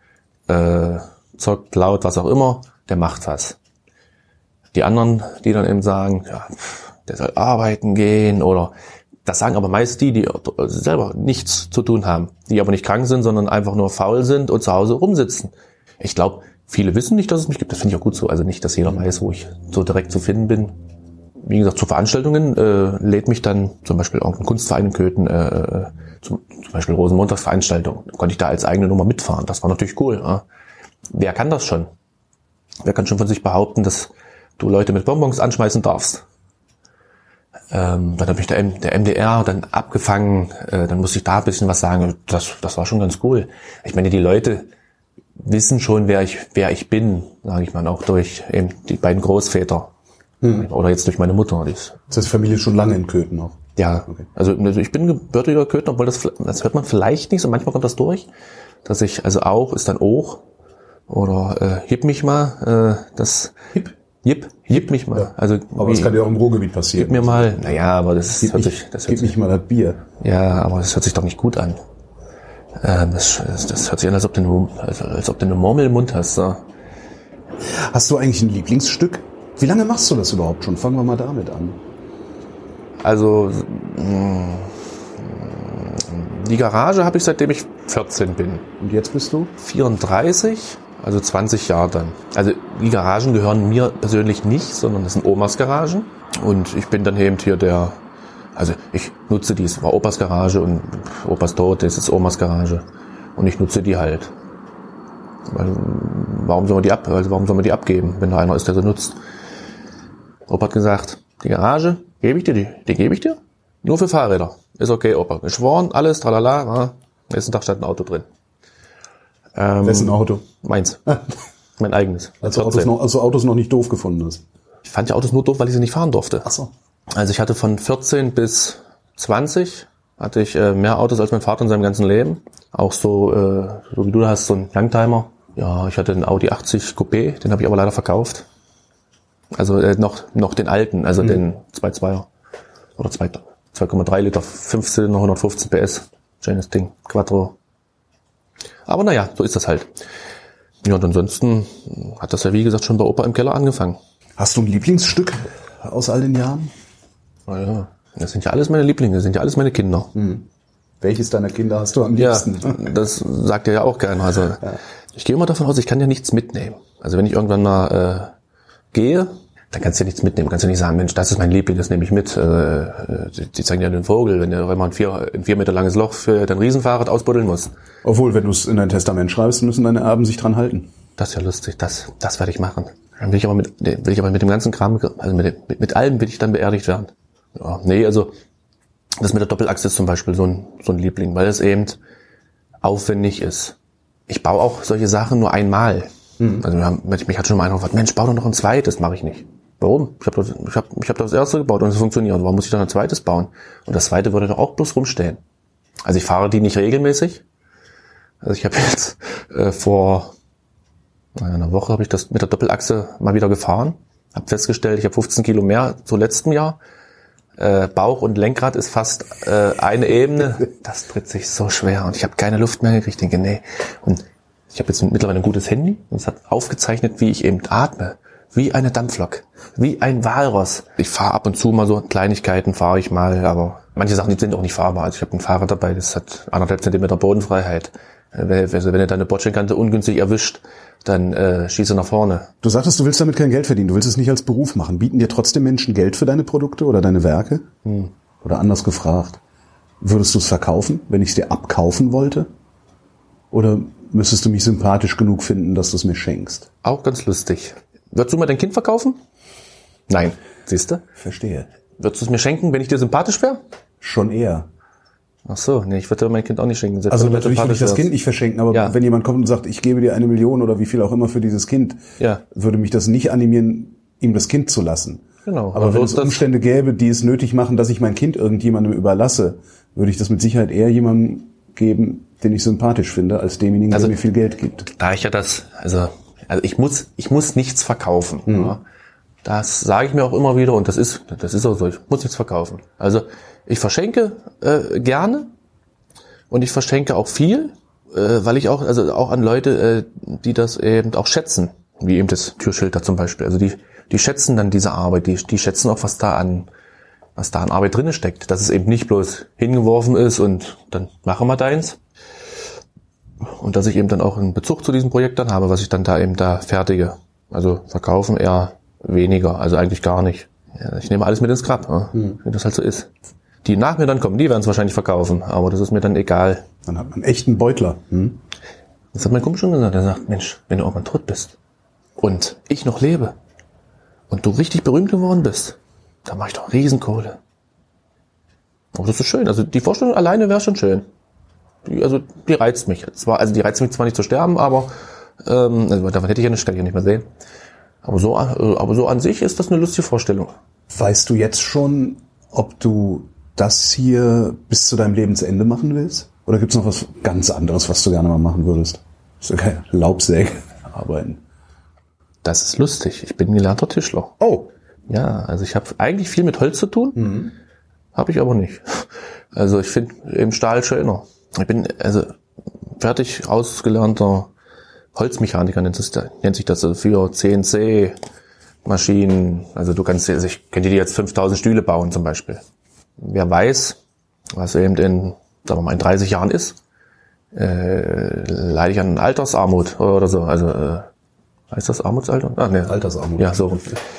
zockt, laut, was auch immer, der macht was. Die anderen, die dann eben sagen, ja, der soll arbeiten gehen oder das sagen aber meist die selber nichts zu tun haben, die aber nicht krank sind, sondern einfach nur faul sind und zu Hause rumsitzen. Ich glaube, viele wissen nicht, dass es mich gibt. Das finde ich auch gut so. Also nicht, dass jeder weiß, wo ich so direkt zu finden bin. Wie gesagt, zu Veranstaltungen lädt mich dann zum Beispiel irgendein Kunstverein in Köthen, zum Beispiel Rosenmontagsveranstaltung. Da konnte ich da als eigene Nummer mitfahren. Das war natürlich cool. Ja. Wer kann das schon? Wer kann schon von sich behaupten, dass du Leute mit Bonbons anschmeißen darfst? Dann habe ich der MDR dann abgefangen, dann musste ich da ein bisschen was sagen. Das war schon ganz cool. Ich meine, die Leute wissen schon, wer ich bin, sage ich mal, auch durch eben die beiden Großväter. Oder jetzt durch meine Mutter. Das heißt, die Familie ist schon lange in Köthen auch? Ja, okay. Also ich bin gebürtiger Köthner, obwohl das hört man vielleicht nicht so, manchmal kommt das durch, dass ich, also auch ist dann auch, oder Hip mich mal, Hip mich mal. Ja. Also aber das kann ja auch im Ruhrgebiet passieren. Gib mir mal, naja, aber das hört sich... Gib mich mal das Bier. Ja, aber das hört sich doch nicht gut an. Das hört sich an, als ob du eine Murmel im Mund hast. So. Hast du eigentlich ein Lieblingsstück? Wie lange machst du das überhaupt schon? Fangen wir mal damit an. Also die Garage habe ich seitdem ich 14 bin. Und jetzt bist du? 34, also 20 Jahre dann. Also die Garagen gehören mir persönlich nicht, sondern das sind Omas Garagen. Und ich bin dann eben hier also ich nutze die, es war Opas Garage und Opas tot, das ist Omas Garage. Und ich nutze die halt. Warum soll man die abgeben, wenn da einer ist, der sie nutzt? Opa hat gesagt, die Garage gebe ich dir, die gebe ich dir. Nur für Fahrräder. Ist okay, Opa. Geschworen, alles, tralala. Nächsten Tag stand ein Auto drin. Wessen Auto? Meins. Mein eigenes. Also Autos noch nicht doof gefunden hast. Ich fand ja Autos nur doof, weil ich sie nicht fahren durfte. Ach so. Also ich hatte von 14 bis 20 hatte ich mehr Autos als mein Vater in seinem ganzen Leben. Auch so wie du hast, so ein Youngtimer. Ja, ich hatte einen Audi 80 Coupé, den habe ich aber leider verkauft. Also noch den alten, also den 2.2er oder 2,3 Liter, 5 Zylinder, 115 PS. Schönes Ding, Quattro. Aber naja, so ist das halt. Ja, und ansonsten hat das ja wie gesagt schon bei Opa im Keller angefangen. Hast du ein Lieblingsstück aus all den Jahren? Naja, das sind ja alles meine Lieblinge, das sind ja alles meine Kinder. Welches deiner Kinder hast du am liebsten? Ja, das sagt ja auch keiner. Also ich gehe immer davon aus, ich kann ja nichts mitnehmen. Also wenn ich irgendwann mal gehe, dann kannst du ja nichts mitnehmen. Kannst du nicht sagen, Mensch, das ist mein Liebling, das nehme ich mit. Die zeigen ja den Vogel, wenn man ein 4 Meter langes Loch für dein Riesenfahrrad ausbuddeln muss. Obwohl, wenn du es in dein Testament schreibst, müssen deine Erben sich dran halten. Das ist ja lustig, das werde ich machen. Dann will ich aber mit dem ganzen Kram, also mit allem will ich dann beerdigt werden. Ja, nee, also das mit der Doppelachse ist zum Beispiel so ein Liebling, weil es eben aufwendig ist. Ich baue auch solche Sachen nur einmal. Also mich hat schon mal einer gefragt, Mensch, bau doch noch ein zweites. Mache ich nicht. Warum? Ich hab das erste gebaut und es funktioniert. Warum muss ich dann ein zweites bauen? Und das zweite würde doch auch bloß rumstehen. Also ich fahre die nicht regelmäßig. Also ich habe jetzt vor einer Woche habe ich das mit der Doppelachse mal wieder gefahren. Habe festgestellt, ich habe 15 Kilo mehr zu letztem Jahr. Bauch und Lenkrad ist fast eine Ebene. Das tritt sich so schwer und ich habe keine Luft mehr gekriegt. Ich denke, nee. Und ich habe jetzt mittlerweile ein gutes Handy und es hat aufgezeichnet, wie ich eben atme. Wie eine Dampflok. Wie ein Walross. Ich fahre ab und zu mal so Kleinigkeiten, fahre ich mal, aber manche Sachen, die sind auch nicht fahrbar. Also ich habe ein Fahrrad dabei, das hat 1,5 Zentimeter Bodenfreiheit. Wenn du deine Bordsteinkante ungünstig erwischt, dann schieße nach vorne. Du sagtest, du willst damit kein Geld verdienen, du willst es nicht als Beruf machen. Bieten dir trotzdem Menschen Geld für deine Produkte oder deine Werke? Oder anders gefragt, würdest du es verkaufen, wenn ich es dir abkaufen wollte? Oder müsstest du mich sympathisch genug finden, dass du es mir schenkst? Auch ganz lustig. Würdest du mal dein Kind verkaufen? Nein. Siehst du? Verstehe. Würdest du es mir schenken, wenn ich dir sympathisch wäre? Schon eher. Ach so, nee, ich würde mein Kind auch nicht schenken. Selbst Also wenn du natürlich will ich das Kind nicht verschenken, aber ja, wenn jemand kommt und sagt, ich gebe dir 1 Million oder wie viel auch immer für dieses Kind, ja, würde mich das nicht animieren, ihm das Kind zu lassen. Genau. Aber wenn es Umstände gäbe, die es nötig machen, dass ich mein Kind irgendjemandem überlasse, würde ich das mit Sicherheit eher jemandem geben, den ich sympathisch finde, als demjenigen, der mir viel Geld gibt. Da ich ja also ich muss nichts verkaufen. Ja. Das sage ich mir auch immer wieder und das ist auch so, ich muss nichts verkaufen. Also ich verschenke gerne und ich verschenke auch viel, weil ich auch an Leute, die das eben auch schätzen, wie eben das Türschild da zum Beispiel. Also die schätzen dann diese Arbeit, die schätzen auch, was da an Arbeit drinne steckt, dass es eben nicht bloß hingeworfen ist und dann machen wir deins. Und dass ich eben dann auch einen Bezug zu diesem Projekt dann habe, was ich dann da fertige. Also verkaufen eher weniger, also eigentlich gar nicht. Ja, ich nehme alles mit ins Grab, wie das halt so ist. Die nach mir dann kommen, die werden es wahrscheinlich verkaufen, aber das ist mir dann egal. Dann hat man einen echten Beutler. Das hat mein Kumpel schon gesagt, der sagt, Mensch, wenn du irgendwann tot bist und ich noch lebe und du richtig berühmt geworden bist, dann mach ich doch Riesenkohle. Aber das ist schön. Also die Vorstellung alleine wäre schon schön. Die reizt mich. Die reizt mich zwar nicht zu sterben, aber also davon hätte ich ja nicht, kann ich ja nicht mehr sehen. Aber so an sich ist das eine lustige Vorstellung. Weißt du jetzt schon, ob du das hier bis zu deinem Lebensende machen willst? Oder gibt's noch was ganz anderes, was du gerne mal machen würdest? So keine Laubsäge arbeiten. Das ist lustig. Ich bin gelernter Tischler. Oh. Ja, also ich habe eigentlich viel mit Holz zu tun. Mhm. Habe ich aber nicht. Also ich finde eben Stahl schöner. Ich bin also fertig ausgelernter Holzmechaniker, nennt sich das, also für CNC-Maschinen. Also ich könnte dir jetzt 5000 Stühle bauen zum Beispiel. Wer weiß, was eben in 30 Jahren ist, leide ich an Altersarmut oder so. Also heißt das Armutsalter? Ah, ne. Altersarmut. Ja, so.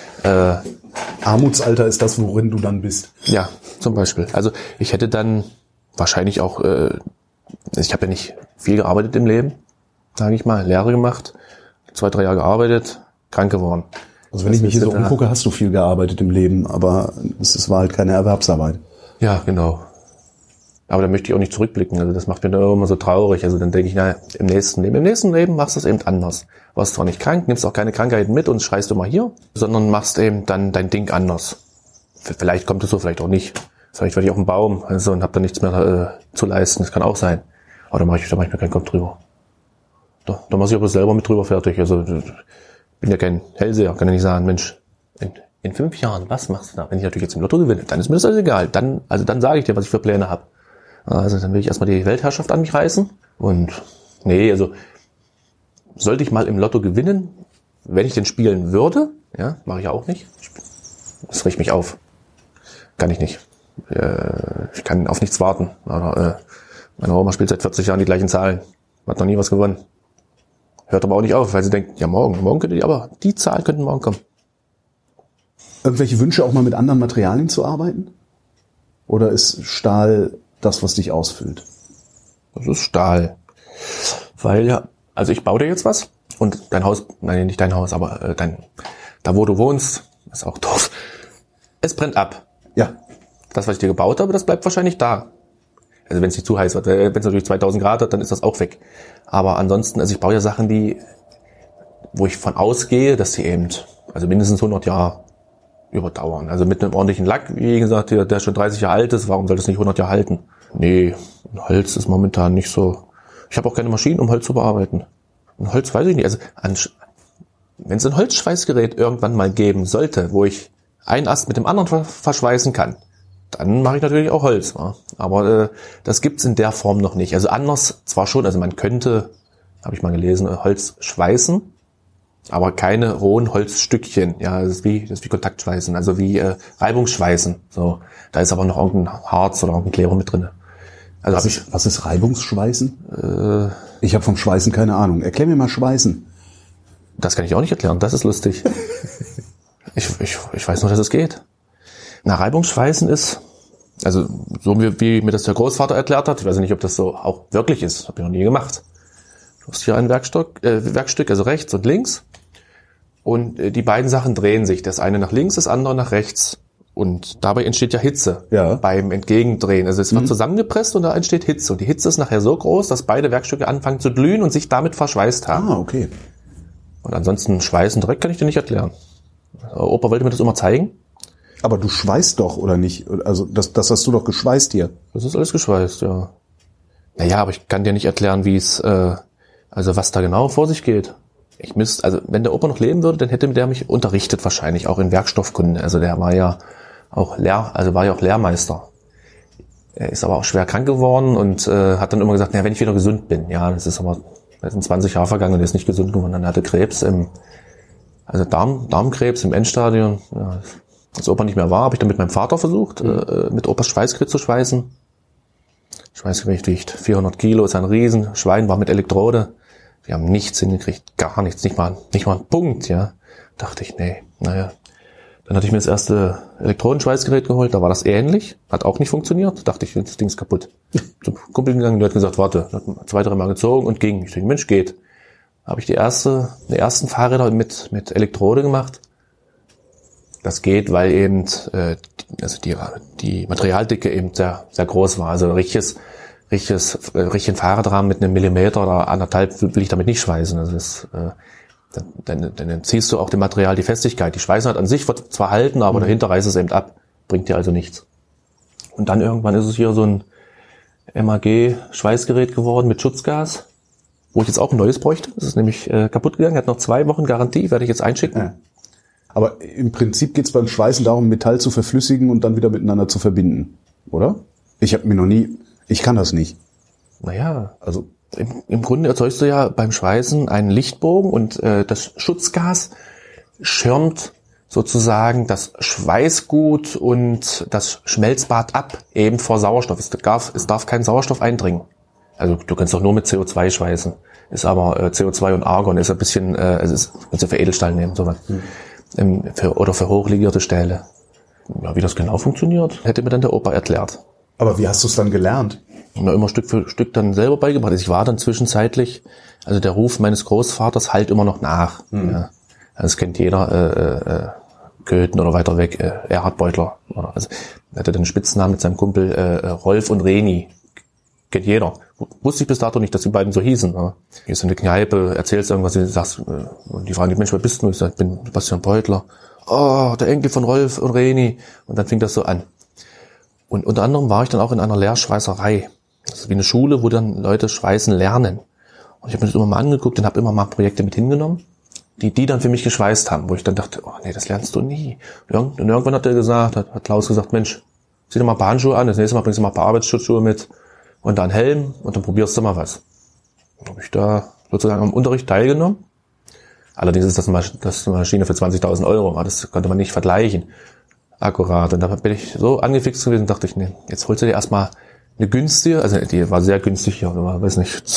Armutsalter ist das, worin du dann bist. Ja, zum Beispiel. Also ich hätte dann wahrscheinlich auch, ich habe ja nicht viel gearbeitet im Leben, sage ich mal, Lehre gemacht, 2-3 Jahre gearbeitet, krank geworden. Also wenn ich mich hier so umgucke, hast du viel gearbeitet im Leben, aber es war halt keine Erwerbsarbeit. Ja, genau. Aber da möchte ich auch nicht zurückblicken. Also das macht mir dann immer so traurig. Also dann denke ich, im nächsten Leben machst du es eben anders. Warst zwar nicht krank, nimmst auch keine Krankheiten mit und schreist du mal hier, sondern machst eben dann dein Ding anders. Vielleicht kommt es so, vielleicht auch nicht. Vielleicht werde ich auf dem Baum und habe dann nichts mehr zu leisten. Das kann auch sein. Aber da mache ich mir keinen Kopf drüber. Da mache ich aber selber mit drüber fertig. Also ich bin ja kein Hellseher, kann ja nicht sagen, Mensch, in 5 Jahren, was machst du da? Wenn ich natürlich jetzt im Lotto gewinne, dann ist mir das alles egal. Dann sage ich dir, was ich für Pläne habe. Also dann will ich erstmal die Weltherrschaft an mich reißen. Und also sollte ich mal im Lotto gewinnen, wenn ich den spielen würde, ja, mache ich ja auch nicht. Das riecht mich auf. Kann ich nicht. Ich kann auf nichts warten. Meine Oma spielt seit 40 Jahren die gleichen Zahlen. Hat noch nie was gewonnen. Hört aber auch nicht auf, weil sie denkt, ja morgen könnte aber die Zahl könnten morgen kommen. Irgendwelche Wünsche, auch mal mit anderen Materialien zu arbeiten? Oder ist Stahl das, was dich ausfüllt? Das ist Stahl. Weil also ich baue dir jetzt was und dein Haus, nein, nicht dein Haus, aber da wo du wohnst, ist auch doof. Es brennt ab. Ja. Das, was ich dir gebaut habe, das bleibt wahrscheinlich da. Also wenn es nicht zu heiß wird. Wenn es natürlich 2000 Grad hat, dann ist das auch weg. Aber ansonsten, also ich baue ja Sachen, wo ich von ausgehe, dass sie eben, also mindestens 100 Jahre überdauern. Also mit einem ordentlichen Lack, wie gesagt, der schon 30 Jahre alt ist, warum soll das nicht 100 Jahre halten? Nee, Holz ist momentan nicht so. Ich habe auch keine Maschinen, um Holz zu bearbeiten. Und Holz weiß ich nicht. Also wenn es ein Holzschweißgerät irgendwann mal geben sollte, wo ich einen Ast mit dem anderen verschweißen kann, dann mache ich natürlich auch Holz. Ja. Aber das gibt's in der Form noch nicht. Also anders zwar schon, also man könnte, habe ich mal gelesen, Holz schweißen, aber keine rohen Holzstückchen. Ja, das ist wie Kontaktschweißen, also wie Reibungsschweißen. So, da ist aber noch irgendein Harz oder irgendein Kleber mit drin. Also was ist Reibungsschweißen? Ich habe vom Schweißen keine Ahnung. Erklär mir mal Schweißen. Das kann ich auch nicht erklären. Das ist lustig. Ich weiß nur, dass es geht. Reibungsschweißen ist, also so wie mir das der Großvater erklärt hat, ich weiß nicht, ob das so auch wirklich ist, habe ich noch nie gemacht. Du hast hier ein Werkstück, also rechts und links, und die beiden Sachen drehen sich. Das eine nach links, das andere nach rechts. Und dabei entsteht ja Hitze beim Entgegendrehen. Also es wird zusammengepresst und da entsteht Hitze. Und die Hitze ist nachher so groß, dass beide Werkstücke anfangen zu glühen und sich damit verschweißt haben. Ah, okay. Und ansonsten Schweißen direkt kann ich dir nicht erklären. Opa wollte mir das immer zeigen. Aber du schweißt doch, oder nicht? Also das hast du doch geschweißt hier. Das ist alles geschweißt, ja. Naja, aber ich kann dir nicht erklären, wie es, also was da genau vor sich geht. Also wenn der Opa noch leben würde, dann hätte der mich unterrichtet wahrscheinlich, auch in Werkstoffkunde. Also der war ja auch Lehrmeister. Er ist aber auch schwer krank geworden und hat dann immer gesagt, wenn ich wieder gesund bin. Ja, das sind 20 Jahre vergangen und er ist nicht gesund geworden. Dann hatte Krebs Darmkrebs im Endstadium. Ja, als Opa nicht mehr war, habe ich dann mit meinem Vater versucht, mit Opas Schweißgerät zu schweißen. Schweißgewicht wiegt 400 Kilo, ist ein Riesenschwein, war mit Elektrode. Wir haben nichts hingekriegt, gar nichts, nicht mal einen Punkt, ja. Dachte ich, naja. Dann hatte ich mir das erste Elektrodenschweißgerät geholt, da war das ähnlich, hat auch nicht funktioniert. Dachte ich, das Ding ist kaputt. Zum Kumpel gegangen, der hat gesagt, warte, hat 2-3 Mal gezogen und ging. Ich denke, Mensch, geht. Habe ich die ersten Fahrräder mit Elektrode gemacht. Das geht, weil eben also die Materialdicke eben sehr, sehr groß war. Also richtigen Fahrradrahmen mit einem Millimeter oder 1,5 will ich damit nicht schweißen. Also dann ziehst du auch dem Material die Festigkeit. Die Schweißnaht an sich wird zwar halten, aber dahinter reißt es eben ab. Bringt dir also nichts. Und dann irgendwann ist es hier so ein MAG-Schweißgerät geworden mit Schutzgas, wo ich jetzt auch ein neues bräuchte. Das ist nämlich kaputt gegangen, hat noch 2 Wochen Garantie, werde ich jetzt einschicken. Ja. Aber im Prinzip geht's beim Schweißen darum, Metall zu verflüssigen und dann wieder miteinander zu verbinden, oder? Ich kann das nicht. Naja, also im Grunde erzeugst du ja beim Schweißen einen Lichtbogen und das Schutzgas schirmt sozusagen das Schweißgut und das Schmelzbad ab, eben vor Sauerstoff. Es darf kein Sauerstoff eindringen. Also du kannst doch nur mit CO2 schweißen. Ist aber CO2 und Argon ist ein bisschen, kannst du für Edelstahl nehmen, sowas. Oder für hochlegierte Stähle. Ja, wie das genau funktioniert, hätte mir dann der Opa erklärt. Aber wie hast du es dann gelernt? Und immer Stück für Stück dann selber beigebracht. Ich war dann zwischenzeitlich, also der Ruf meines Großvaters hallt immer noch nach. Mhm. Ja. Das kennt jeder, Köthen oder weiter weg, Erhard Beutler. Also er hatte den Spitznamen mit seinem Kumpel Rolf und Reni. Kennt jeder. Wusste ich bis dato nicht, dass die beiden so hießen. Ja. Gehst in die Kneipe, erzählst irgendwas, und die fragen, Mensch, wer bist du? Ich sag, ich bin Bastian Beutler. Oh, der Enkel von Rolf und Reni. Und dann fing das so an. Und unter anderem war ich dann auch in einer Lehrschweißerei. Das ist wie eine Schule, wo dann Leute schweißen lernen. Und ich habe mir das immer mal angeguckt und habe immer mal Projekte mit hingenommen, die dann für mich geschweißt haben, wo ich dann dachte, oh nee, das lernst du nie. Und irgendwann hat Klaus gesagt, Mensch, zieh doch mal ein paar Handschuhe an, das nächste Mal bringst du mal ein paar Arbeitsschutzschuhe mit und dann einen Helm und dann probierst du mal was. Dann habe ich da sozusagen am Unterricht teilgenommen. Allerdings ist das eine Maschine für 20.000 €, das konnte man nicht vergleichen. Akkurat. Und da bin ich so angefixt gewesen und dachte ich, nee, jetzt holst du dir erstmal eine günstige, also die war sehr günstig hier, war, weiß nicht,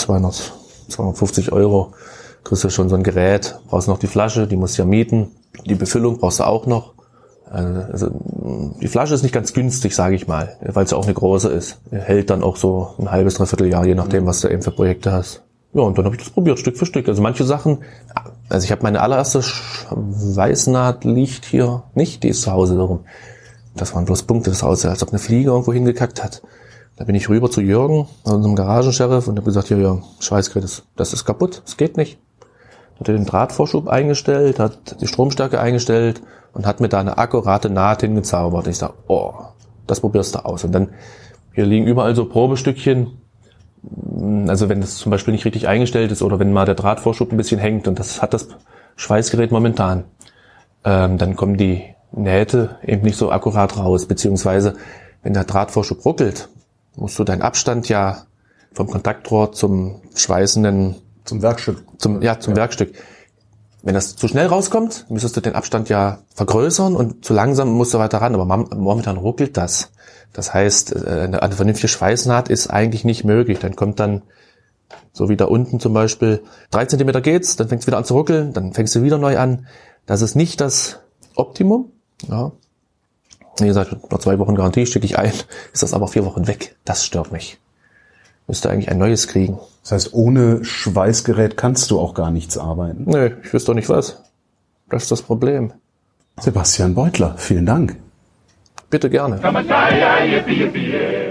250 €. Kriegst du schon so ein Gerät, brauchst noch die Flasche, die musst du ja mieten, die Befüllung brauchst du auch noch. Also die Flasche ist nicht ganz günstig, sage ich mal, weil es ja auch eine große ist. Hält dann auch so ein halbes, dreiviertel Jahr, je nachdem, was du eben für Projekte hast. Ja, und dann habe ich das probiert, Stück für Stück. Also manche Sachen, also ich habe meine allererste Schweißnaht liegt hier nicht, die ist zu Hause darum. Das waren bloß Punkte, das aussah, als ob eine Fliege irgendwo hingekackt hat. Da bin ich rüber zu Jürgen, unserem Garagensheriff, und habe gesagt, hier Jürgen, Schweißgerät, das ist kaputt, das geht nicht. Hat er den Drahtvorschub eingestellt, hat die Stromstärke eingestellt und hat mir da eine akkurate Naht hingezaubert. Ich sag, oh, das probierst du aus. Und dann, hier liegen überall so Probestückchen. Also wenn das zum Beispiel nicht richtig eingestellt ist oder wenn mal der Drahtvorschub ein bisschen hängt, und das hat das Schweißgerät momentan, dann kommen die Nähte eben nicht so akkurat raus. Beziehungsweise, wenn der Drahtvorschub ruckelt, musst du deinen Abstand ja vom Kontaktrohr zum schweißenden Zum Werkstück. Zum Werkstück. Wenn das zu schnell rauskommt, müsstest du den Abstand ja vergrößern und zu langsam musst du weiter ran. Aber momentan ruckelt das. Das heißt, eine vernünftige Schweißnaht ist eigentlich nicht möglich. Dann kommt dann, so wie da unten zum Beispiel, 3 Zentimeter geht's, dann fängt es wieder an zu ruckeln, dann fängst du wieder neu an. Das ist nicht das Optimum. Ja. Wie gesagt, nach 2 Wochen Garantie stecke ich ein, ist das aber 4 Wochen weg. Das stört mich. Müsste eigentlich ein neues kriegen. Das heißt, ohne Schweißgerät kannst du auch gar nichts arbeiten? Nö, ich wüsste doch nicht was. Das ist das Problem. Sebastian Beutler, vielen Dank. Bitte gerne.